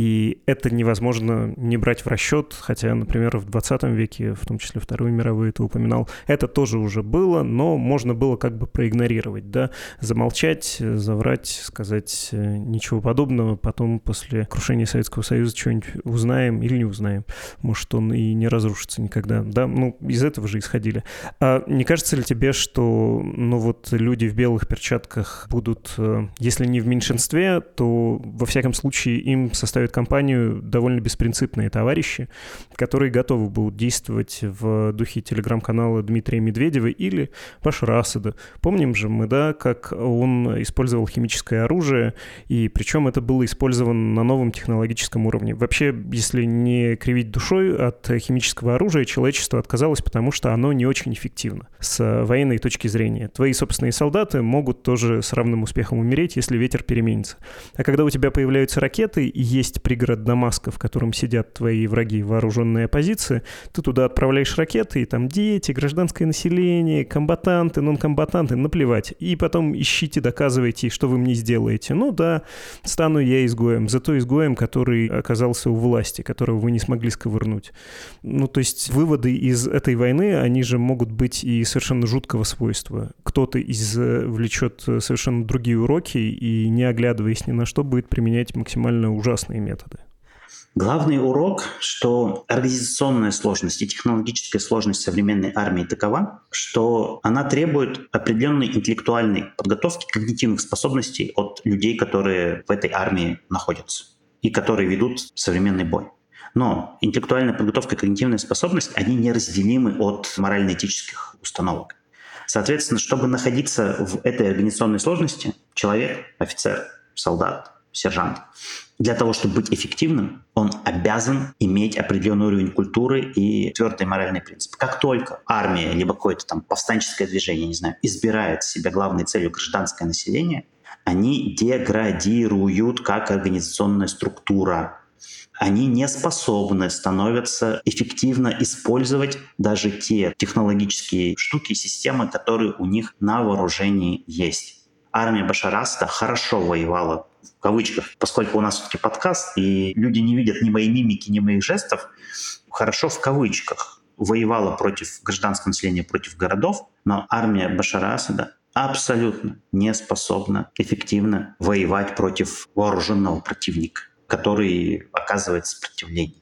и это невозможно не брать в расчет, хотя, например, в двадцатом веке, в том числе Вторую мировую, ты упоминал, это тоже уже было, но можно было как бы проигнорировать, да, замолчать, заврать, сказать ничего подобного, потом после крушения Советского Союза что-нибудь узнаем или не узнаем, может, он и не разрушится никогда, да, ну, из этого же исходили. А не кажется ли тебе, что, ну, вот люди в белых перчатках будут, если не в меньшинстве, то, во всяком случае, им составят компанию довольно беспринципные товарищи, которые готовы будут действовать в духе телеграм-канала Дмитрия Медведева или Башара Асада. Помним же мы, да, как он использовал химическое оружие, и причем это было использовано на новом технологическом уровне. Вообще, если не кривить душой, от химического оружия человечество отказалось, потому что оно не очень эффективно с военной точки зрения. Твои собственные солдаты могут тоже с равным успехом умереть, если ветер переменится. А когда у тебя появляются ракеты и есть пригород Дамаска, в котором сидят твои враги, вооруженные оппозиции, ты туда отправляешь ракеты, и там дети, гражданское население, комбатанты, нон-комбатанты, наплевать. И потом ищите, доказывайте, что вы мне сделаете. Ну да, стану я изгоем, зато изгоем, который оказался у власти, которого вы не смогли сковырнуть. Ну, то есть выводы из этой войны, они же могут быть и совершенно жуткого свойства. Кто-то извлечет совершенно другие уроки и, не оглядываясь ни на что, будет применять максимально ужасные методы. Главный урок, что организационная сложность и технологическая сложность современной армии такова, что она требует определенной интеллектуальной подготовки, когнитивных способностей от людей, которые в этой армии находятся и которые ведут современный бой. Но интеллектуальная подготовка и когнитивная способность, они неразделимы от морально-этических установок. Соответственно, чтобы находиться в этой организационной сложности, человек, офицер, солдат, сержант, для того, чтобы быть эффективным, он обязан иметь определенный уровень культуры и твердый моральный принцип. Как только армия, либо какое-то там повстанческое движение, не знаю, избирает себе главной целью гражданское население, они деградируют как организационная структура. Они не способны становятся эффективно использовать даже те технологические штуки и системы, которые у них на вооружении есть. Армия Башара Асада хорошо воевала, в кавычках, поскольку у нас все-таки подкаст, и люди не видят ни моей мимики, ни моих жестов, хорошо в кавычках воевала против гражданского населения, против городов, но армия Башара Асада абсолютно не способна эффективно воевать против вооруженного противника, который оказывает сопротивление.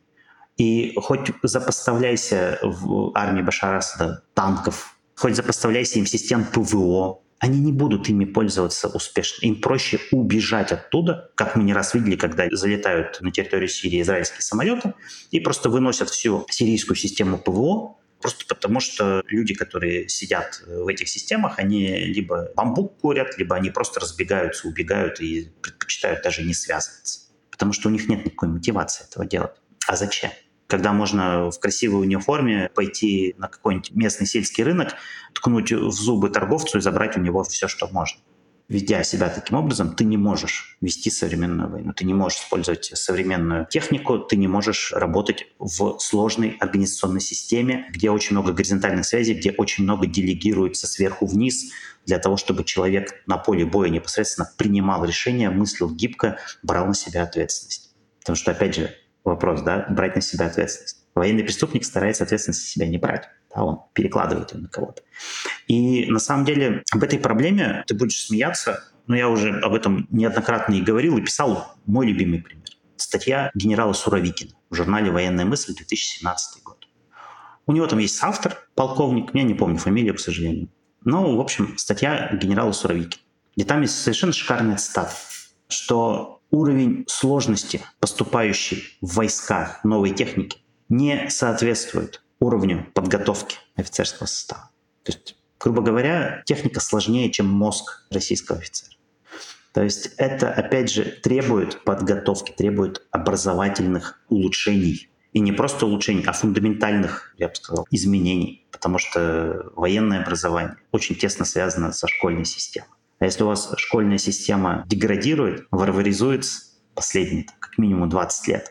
И хоть запоставляйся в армии Башара Асада танков, хоть запоставляйся им систем ПВО, они не будут ими пользоваться успешно. Им проще убежать оттуда, как мы не раз видели, когда залетают на территорию Сирии израильские самолеты и просто выносят всю сирийскую систему ПВО, просто потому что люди, которые сидят в этих системах, они либо бамбук курят, либо они просто разбегаются, убегают и предпочитают даже не связываться. Потому что у них нет никакой мотивации этого делать. А зачем? Когда можно в красивой униформе пойти на какой-нибудь местный сельский рынок, ткнуть в зубы торговцу и забрать у него все, что можно. Ведя себя таким образом, ты не можешь вести современную войну, ты не можешь использовать современную технику, ты не можешь работать в сложной организационной системе, где очень много горизонтальных связей, где очень много делегируется сверху вниз, для того, чтобы человек на поле боя непосредственно принимал решения, мыслил гибко, брал на себя ответственность. Потому что, опять же, вопрос, да, брать на себя ответственность. Военный преступник старается ответственность на себя не брать, да, он перекладывает ее на кого-то. И на самом деле об этой проблеме ты будешь смеяться, но я уже об этом неоднократно и говорил, и писал мой любимый пример. Статья генерала Суровикина в журнале «Военная мысль», две тысячи семнадцатый год. У него там есть автор, полковник, я не помню фамилию, к сожалению. Но, в общем, статья генерала Суровикина. И там есть совершенно шикарная цитата, что уровень сложности, поступающий в войска новой техники, не соответствует уровню подготовки офицерского состава. То есть, грубо говоря, техника сложнее, чем мозг российского офицера. То есть это, опять же, требует подготовки, требует образовательных улучшений. И не просто улучшений, а фундаментальных, я бы сказал, изменений. Потому что военное образование очень тесно связано со школьной системой. А если у вас школьная система деградирует, варваризуется последние как минимум двадцать лет,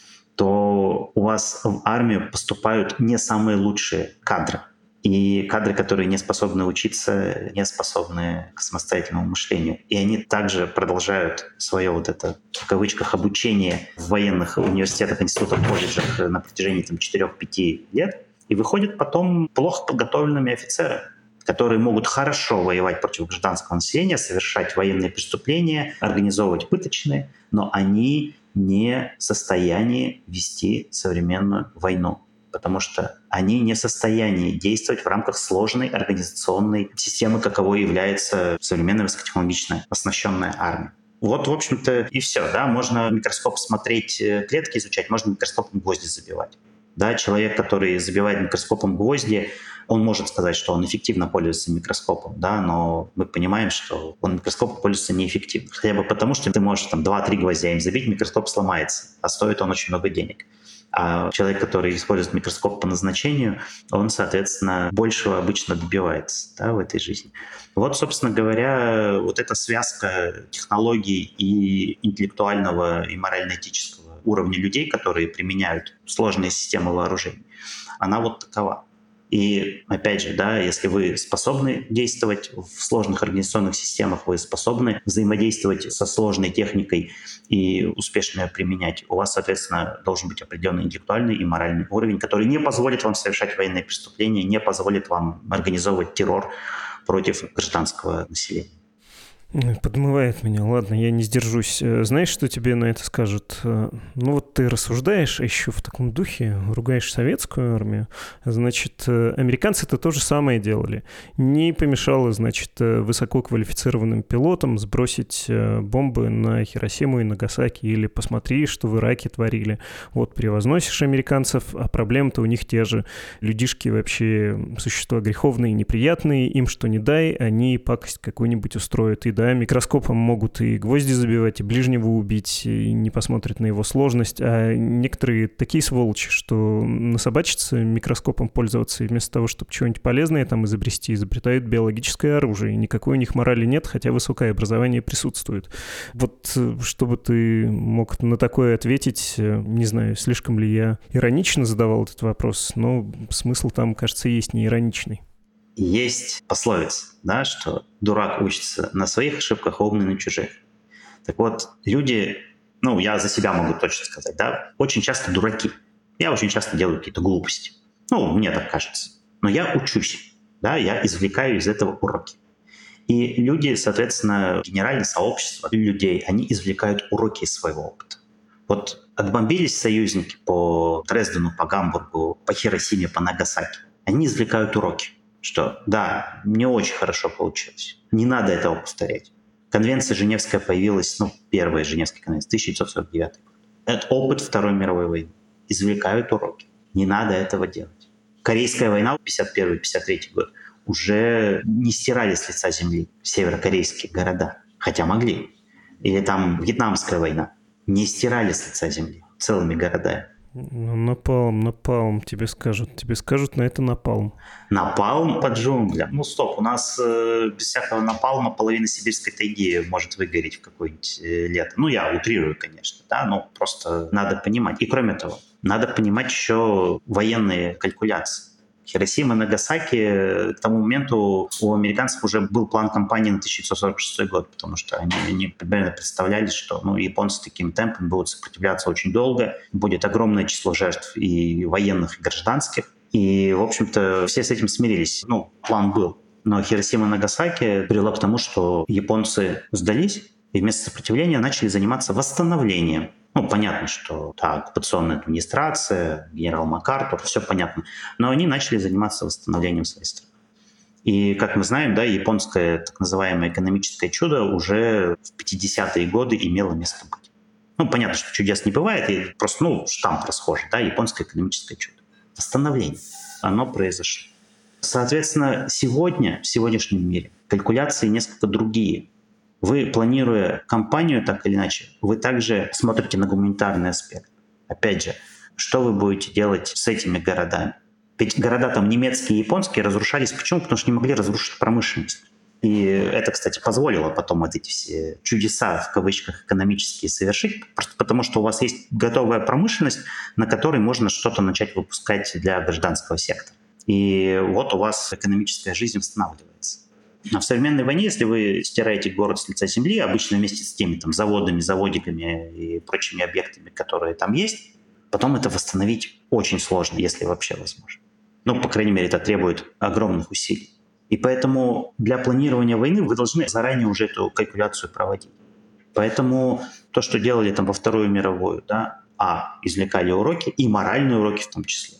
то у вас в армию поступают не самые лучшие кадры. И кадры, которые не способны учиться, не способны к самостоятельному мышлению. И они также продолжают свое вот это, в кавычках, обучение в военных университетах, институтах, колледжах на протяжении там, четыре-пять лет. И выходят потом плохо подготовленными офицерами, которые могут хорошо воевать против гражданского населения, совершать военные преступления, организовывать пыточные, но они не в состоянии вести современную войну, потому что они не в состоянии действовать в рамках сложной организационной системы, каковой является современная высокотехнологичная оснащенная армия. Вот, в общем-то, и все. Да? Можно в микроскоп смотреть клетки, изучать, можно микроскопом гвозди забивать. Да? Человек, который забивает микроскопом гвозди, он может сказать, что он эффективно пользуется микроскопом, да, но мы понимаем, что он микроскопом пользуется неэффективно. Хотя бы потому, что ты можешь там два-три гвоздя им забить, микроскоп сломается, а стоит он очень много денег. А человек, который использует микроскоп по назначению, он, соответственно, большего обычно добивается, да, в этой жизни. Вот, собственно говоря, вот эта связка технологий и интеллектуального и морально-этического уровня людей, которые применяют сложные системы вооружений, она вот такова. И опять же, да, если вы способны действовать в сложных организационных системах, вы способны взаимодействовать со сложной техникой и успешно ее применять, у вас, соответственно, должен быть определенный интеллектуальный и моральный уровень, который не позволит вам совершать военные преступления, не позволит вам организовывать террор против гражданского населения. Подмывает меня. Ладно, я не сдержусь. Знаешь, что тебе на это скажут? Ну вот ты рассуждаешь, а еще в таком духе ругаешь советскую армию. Значит, американцы-то то же самое делали. Не помешало, значит, высококвалифицированным пилотам сбросить бомбы на Хиросиму и Нагасаки. Или посмотри, что в Ираке творили. Вот превозносишь американцев, а проблемы-то у них те же. Людишки вообще существа греховные и неприятные. Им что не дай, они пакость какую-нибудь устроят. И да, микроскопом могут и гвозди забивать, и ближнего убить, и не посмотрят на его сложность. А некоторые такие сволочи, что насобачатся микроскопом пользоваться, и вместо того, чтобы что-нибудь полезное там изобрести, изобретают биологическое оружие. И никакой у них морали нет, хотя высокое образование присутствует. Вот чтобы ты мог на такое ответить, не знаю, слишком ли я иронично задавал этот вопрос, но смысл там, кажется, есть не ироничный. Есть пословица, да, что дурак учится на своих ошибках, а умный на чужих. Так вот, люди, ну, я за себя могу точно сказать, да, очень часто дураки. Я очень часто делаю какие-то глупости. Ну, мне так кажется. Но я учусь, да, я извлекаю из этого уроки. И люди, соответственно, генеральное сообщество людей, они извлекают уроки из своего опыта. Вот отбомбились союзники по Дрездену, по Гамбургу, по Хиросиме, по Нагасаки. Они извлекают уроки. что да, не очень хорошо получилось. Не надо этого повторять. Конвенция Женевская появилась, ну, первая Женевская конвенция, тысяча девятьсот сорок девятый год. Это опыт Второй мировой войны. Извлекают уроки. Не надо этого делать. Корейская война, пятьдесят первый — пятьдесят третий год, уже не стирали с лица земли северокорейские города, хотя могли. Или там Вьетнамская война. Не стирали с лица земли целыми городами. Ну, напалм, напалм, тебе скажут. Тебе скажут на это напалм. Напалм под джунглям. Ну, стоп, у нас э, без всякого напалма половина сибирской тайги может выгореть в какое-нибудь э, лето. Ну, я утрирую, конечно, да, но просто надо понимать. И кроме того, надо понимать еще военные калькуляции. Хиросима и Нагасаки, к тому моменту у американцев уже был план кампании на тысяча девятьсот сорок шестой год, потому что они, они примерно представляли, что ну, японцы таким темпом будут сопротивляться очень долго, будет огромное число жертв и военных, и гражданских. И, в общем-то, все с этим смирились. Ну, план был. Но Хиросима и Нагасаки привело к тому, что японцы сдались и вместо сопротивления начали заниматься восстановлением. Ну, понятно, что да, оккупационная администрация, генерал МакАртур, все понятно. Но они начали заниматься восстановлением своей страны. И, как мы знаем, да, японское так называемое экономическое чудо уже в пятидесятые годы имело место быть. Ну, понятно, что чудес не бывает, и просто, ну, штамп расхожий, да, японское экономическое чудо. Восстановление. Оно произошло. Соответственно, сегодня, в сегодняшнем мире, калькуляции несколько другие. Вы, планируя кампанию так или иначе, вы также смотрите на гуманитарный аспект. Опять же, что вы будете делать с этими городами? Ведь города там немецкие и японские разрушались. Почему? Потому что не могли разрушить промышленность. И это, кстати, позволило потом вот эти все чудеса, в кавычках, экономические совершить, просто потому что у вас есть готовая промышленность, на которой можно что-то начать выпускать для гражданского сектора. И вот у вас экономическая жизнь восстанавливается. А в современной войне, если вы стираете город с лица земли, обычно вместе с теми там, заводами, заводиками и прочими объектами, которые там есть, потом это восстановить очень сложно, если вообще возможно. Ну, по крайней мере, это требует огромных усилий. И поэтому для планирования войны вы должны заранее уже эту калькуляцию проводить. Поэтому то, что делали там во Вторую мировую, да, а, извлекали уроки, и моральные уроки в том числе.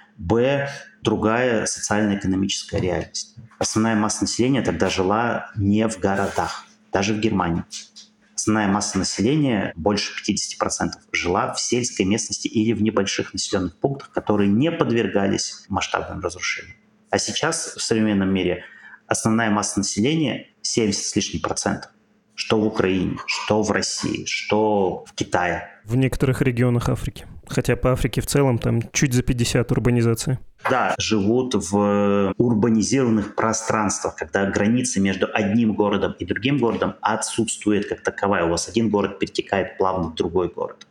Б, другая социально-экономическая реальность. Основная масса населения тогда жила не в городах, даже в Германии. Основная масса населения, больше пятьдесят процентов, жила в сельской местности или в небольших населенных пунктах, которые не подвергались масштабным разрушениям. А сейчас в современном мире основная масса населения семьдесят с лишним процентов. Что в Украине, что в России, что в Китае. В некоторых регионах Африки. Хотя по Африке в целом там чуть за пятьдесят урбанизации. Да, живут в урбанизированных пространствах, когда граница между одним городом и другим городом отсутствует как таковая. У вас один город перетекает плавно в другой город.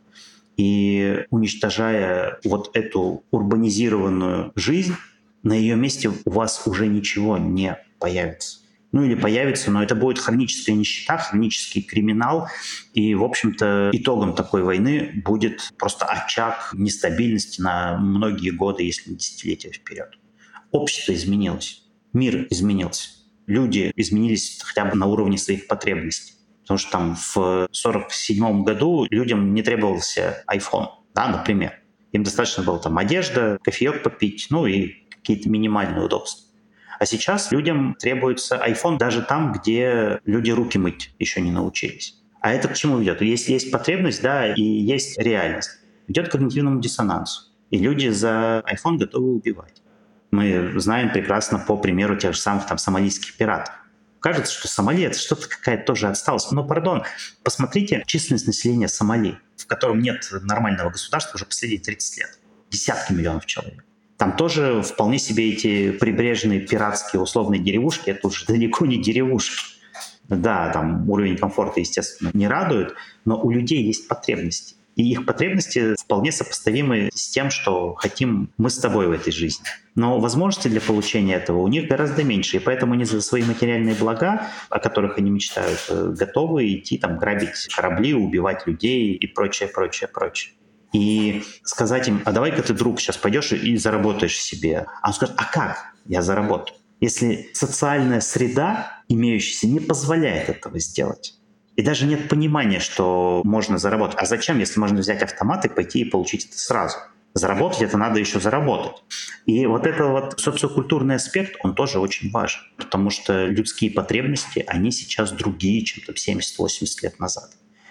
И уничтожая вот эту урбанизированную жизнь, на ее месте у вас уже ничего не появится. Ну или появится, но это будет хроническая нищета, хронический криминал. И, в общем-то, итогом такой войны будет просто очаг нестабильности на многие годы, если не десятилетия вперед. Общество изменилось, мир изменился, люди изменились хотя бы на уровне своих потребностей. Потому что там в сорок седьмом году людям не требовался iPhone, да, например. Им достаточно было там одежда, кофеек попить, ну и какие-то минимальные удобства. А сейчас людям требуется iPhone даже там, где люди руки мыть еще не научились. А это к чему ведет? Если есть потребность, да, и есть реальность, ведет к когнитивному диссонансу. И люди за iPhone готовы убивать. Мы знаем прекрасно по примеру тех же самых там сомалийских пиратов. Кажется, что Сомали — это что-то какая-то тоже отсталость. Но, пардон, посмотрите численность населения Сомали, в котором нет нормального государства уже последние тридцать лет. Десятки миллионов человек. Там тоже вполне себе эти прибрежные пиратские условные деревушки, это уже далеко не деревушки. Да, там уровень комфорта, естественно, не радует, но у людей есть потребности. И их потребности вполне сопоставимы с тем, что хотим мы с тобой в этой жизни. Но возможности для получения этого у них гораздо меньше, и поэтому они за свои материальные блага, о которых они мечтают, готовы идти там грабить корабли, убивать людей и прочее, прочее, прочее. И сказать им: а давай-ка ты, друг, сейчас пойдешь и заработаешь себе. А он скажет: а как я заработаю, если социальная среда, имеющаяся, не позволяет этого сделать? И даже нет понимания, что можно заработать. А зачем, если можно взять автомат и пойти и получить это сразу? Заработать — это надо еще заработать. И вот этот вот социокультурный аспект, он тоже очень важен, потому что людские потребности, они сейчас другие, чем там семьдесят-восемьдесят лет назад.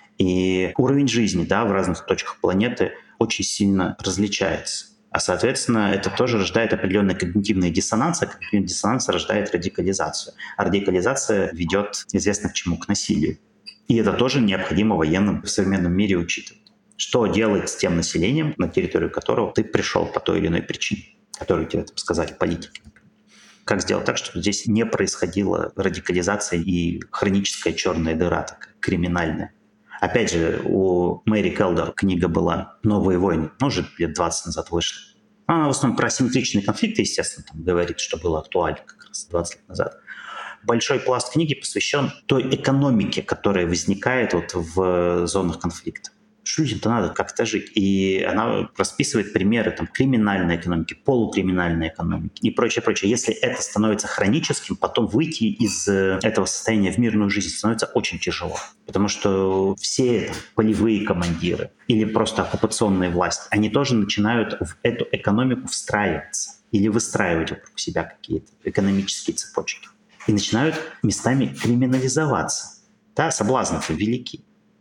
И уровень жизни, да, в разных точках планеты очень сильно различается. А, соответственно, это тоже рождает определенный когнитивный диссонанс, а когнитивный диссонанс рождает радикализацию. А радикализация ведет, известно к чему, к насилию. И это тоже необходимо военным в современном мире учитывать. Что делать с тем населением, на территорию которого ты пришел по той или иной причине, которую тебе там сказали политики. Как сделать так, чтобы здесь не происходила радикализация и хроническая черная дыра, такая криминальная. Опять же, у Мэри Келдер книга была «Новые войны», ну, уже лет двадцать назад вышла. Она в основном про асимметричные конфликты, естественно, там говорит, что было актуально как раз двадцать лет назад. Большой пласт книги посвящен той экономике, которая возникает вот в зонах конфликта. Что людям-то надо как-то жить. И она расписывает примеры там, криминальной экономики, полукриминальной экономики и прочее, прочее. Если это становится хроническим, потом выйти из этого состояния в мирную жизнь становится очень тяжело. Потому что все там, полевые командиры или просто оккупационные власти, они тоже начинают в эту экономику встраиваться или выстраивать вокруг себя какие-то экономические цепочки. И начинают местами криминализоваться. Да, соблазны-то велики.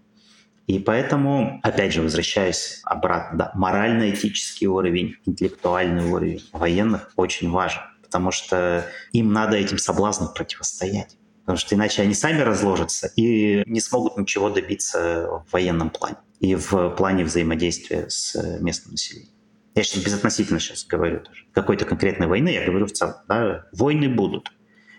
И поэтому, опять же, возвращаясь обратно, да, морально-этический уровень, интеллектуальный уровень военных очень важен, потому что им надо этим соблазнам противостоять. Потому что иначе они сами разложатся и не смогут ничего добиться в военном плане и в плане взаимодействия с местным населением. Я сейчас безотносительно сейчас говорю тоже. Какой-то конкретной войны, я говорю в целом. Да, войны будут.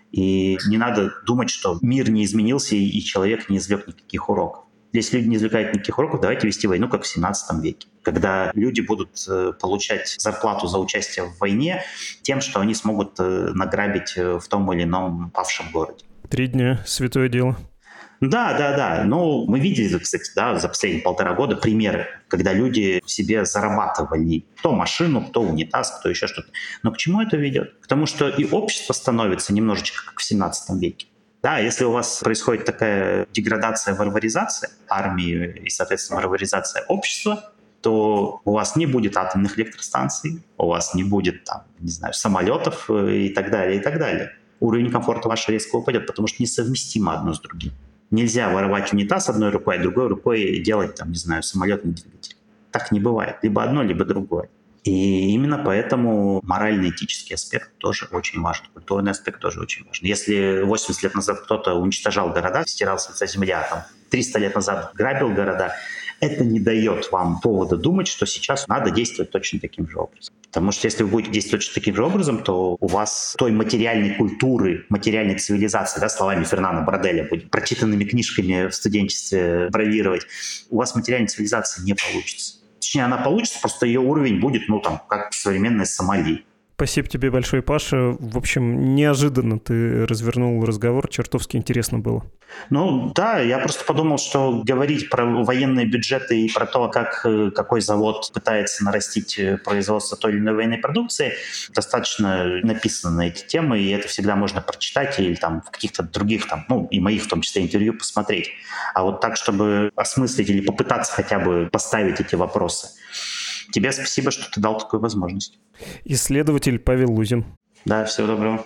И не надо думать, что мир не изменился и человек не извлек никаких уроков. Если люди не извлекают никаких уроков, давайте вести войну, как в семнадцатом веке, когда люди будут получать зарплату за участие в войне тем, что они смогут награбить в том или ином павшем городе. Три дня — святое дело. Да, да, да. Ну, мы видели, кстати, да, за последние полтора года примеры, когда люди себе зарабатывали кто машину, кто унитаз, кто еще что-то. Но к чему это ведет? К тому, что и общество становится немножечко как в семнадцатом веке. Да, если у вас происходит такая деградация, варваризация армии и, соответственно, варваризация общества, то у вас не будет атомных электростанций, у вас не будет, там, не знаю, самолетов и так далее, и так далее. Уровень комфорта ваш резко упадет, потому что несовместимо одно с другим. Нельзя воровать унитаз одной рукой, а другой рукой делать, там, не знаю, самолетный двигатель. Так не бывает. Либо одно, либо другое. И именно поэтому морально-этический аспект тоже очень важен, культурный аспект тоже очень важен. Если восемьдесят лет назад кто-то уничтожал города, стирал с лица земли, а там триста лет назад грабил города, это не дает вам повода думать, что сейчас надо действовать точно таким же образом. Потому что если вы будете действовать точно таким же образом, то у вас той материальной культуры, материальной цивилизации, да, словами Фернана Броделя, будет прочитанными книжками в студенчестве бравировать, у вас материальной цивилизации не получится. Точнее, она получится, просто ее уровень будет, ну, там, как современная Сомали. Спасибо тебе большое, Паша. В общем, неожиданно ты развернул разговор, чертовски интересно было. Ну да, я просто подумал, что говорить про военные бюджеты и про то, как какой завод пытается нарастить производство той или иной военной продукции, достаточно написано на эти темы, и это всегда можно прочитать или там в каких-то других, там, ну и моих в том числе интервью посмотреть. А вот так, чтобы осмыслить или попытаться хотя бы поставить эти вопросы. Тебе спасибо, что ты дал такую возможность. Исследователь Павел Лузин. Да, всего доброго.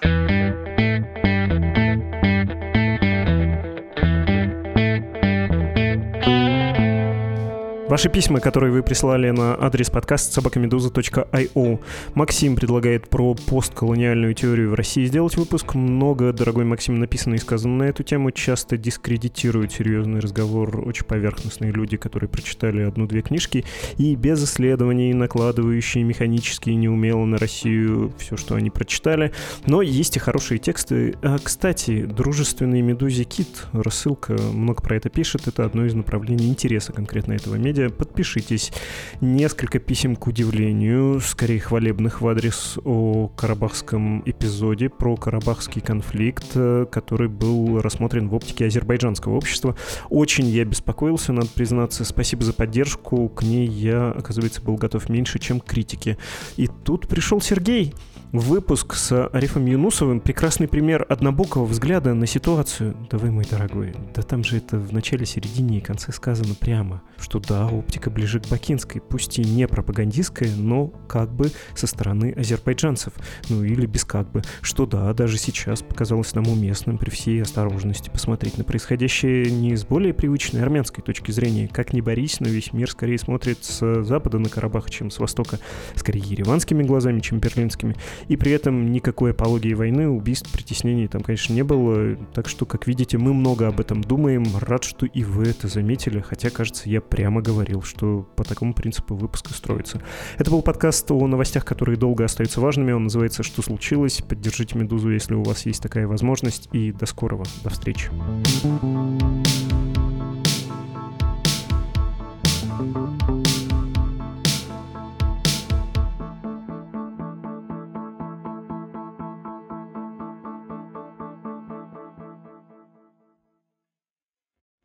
Ваши письма, которые вы прислали на адрес подкаст собака медуза точка ай о. Максим предлагает про постколониальную теорию в России сделать выпуск. Много, дорогой Максим, написано и сказано на эту тему. Часто дискредитируют серьезный разговор очень поверхностные люди, которые прочитали одну-две книжки и без исследований, накладывающие механически и неумело на Россию все, что они прочитали. Но есть и хорошие тексты. А, кстати, дружественный Медузе Кит, рассылка, много про это пишет. Это одно из направлений интереса конкретно этого медиа. Подпишитесь. Несколько писем к удивлению, скорее хвалебных в адрес о карабахском эпизоде, про карабахский конфликт, который был рассмотрен в оптике азербайджанского общества. Очень я беспокоился, надо признаться. Спасибо за поддержку. К ней я, оказывается, был готов меньше, чем к критике. И тут пришел Сергей. Выпуск с Арифом Юнусовым — прекрасный пример однобокого взгляда на ситуацию. Да вы, мой дорогой, да там же это в начале, середине и конце сказано прямо, что да, оптика ближе к бакинской, пусть и не пропагандистская, но как бы со стороны азербайджанцев. Ну или без как бы. Что да, даже сейчас показалось нам уместным при всей осторожности посмотреть на происходящее не с более привычной армянской точки зрения. Как ни борись, но весь мир скорее смотрит с запада на Карабах, чем с востока. Скорее ереванскими глазами, чем берлинскими. И при этом никакой апологии войны, убийств, притеснений там, конечно, не было. Так что, как видите, мы много об этом думаем. Рад, что и вы это заметили. Хотя, кажется, я прямо говорил, что по такому принципу выпуск и строится. Это был подкаст о новостях, которые долго остаются важными. Он называется «Что случилось?». Поддержите «Медузу», если у вас есть такая возможность. И до скорого. До встречи.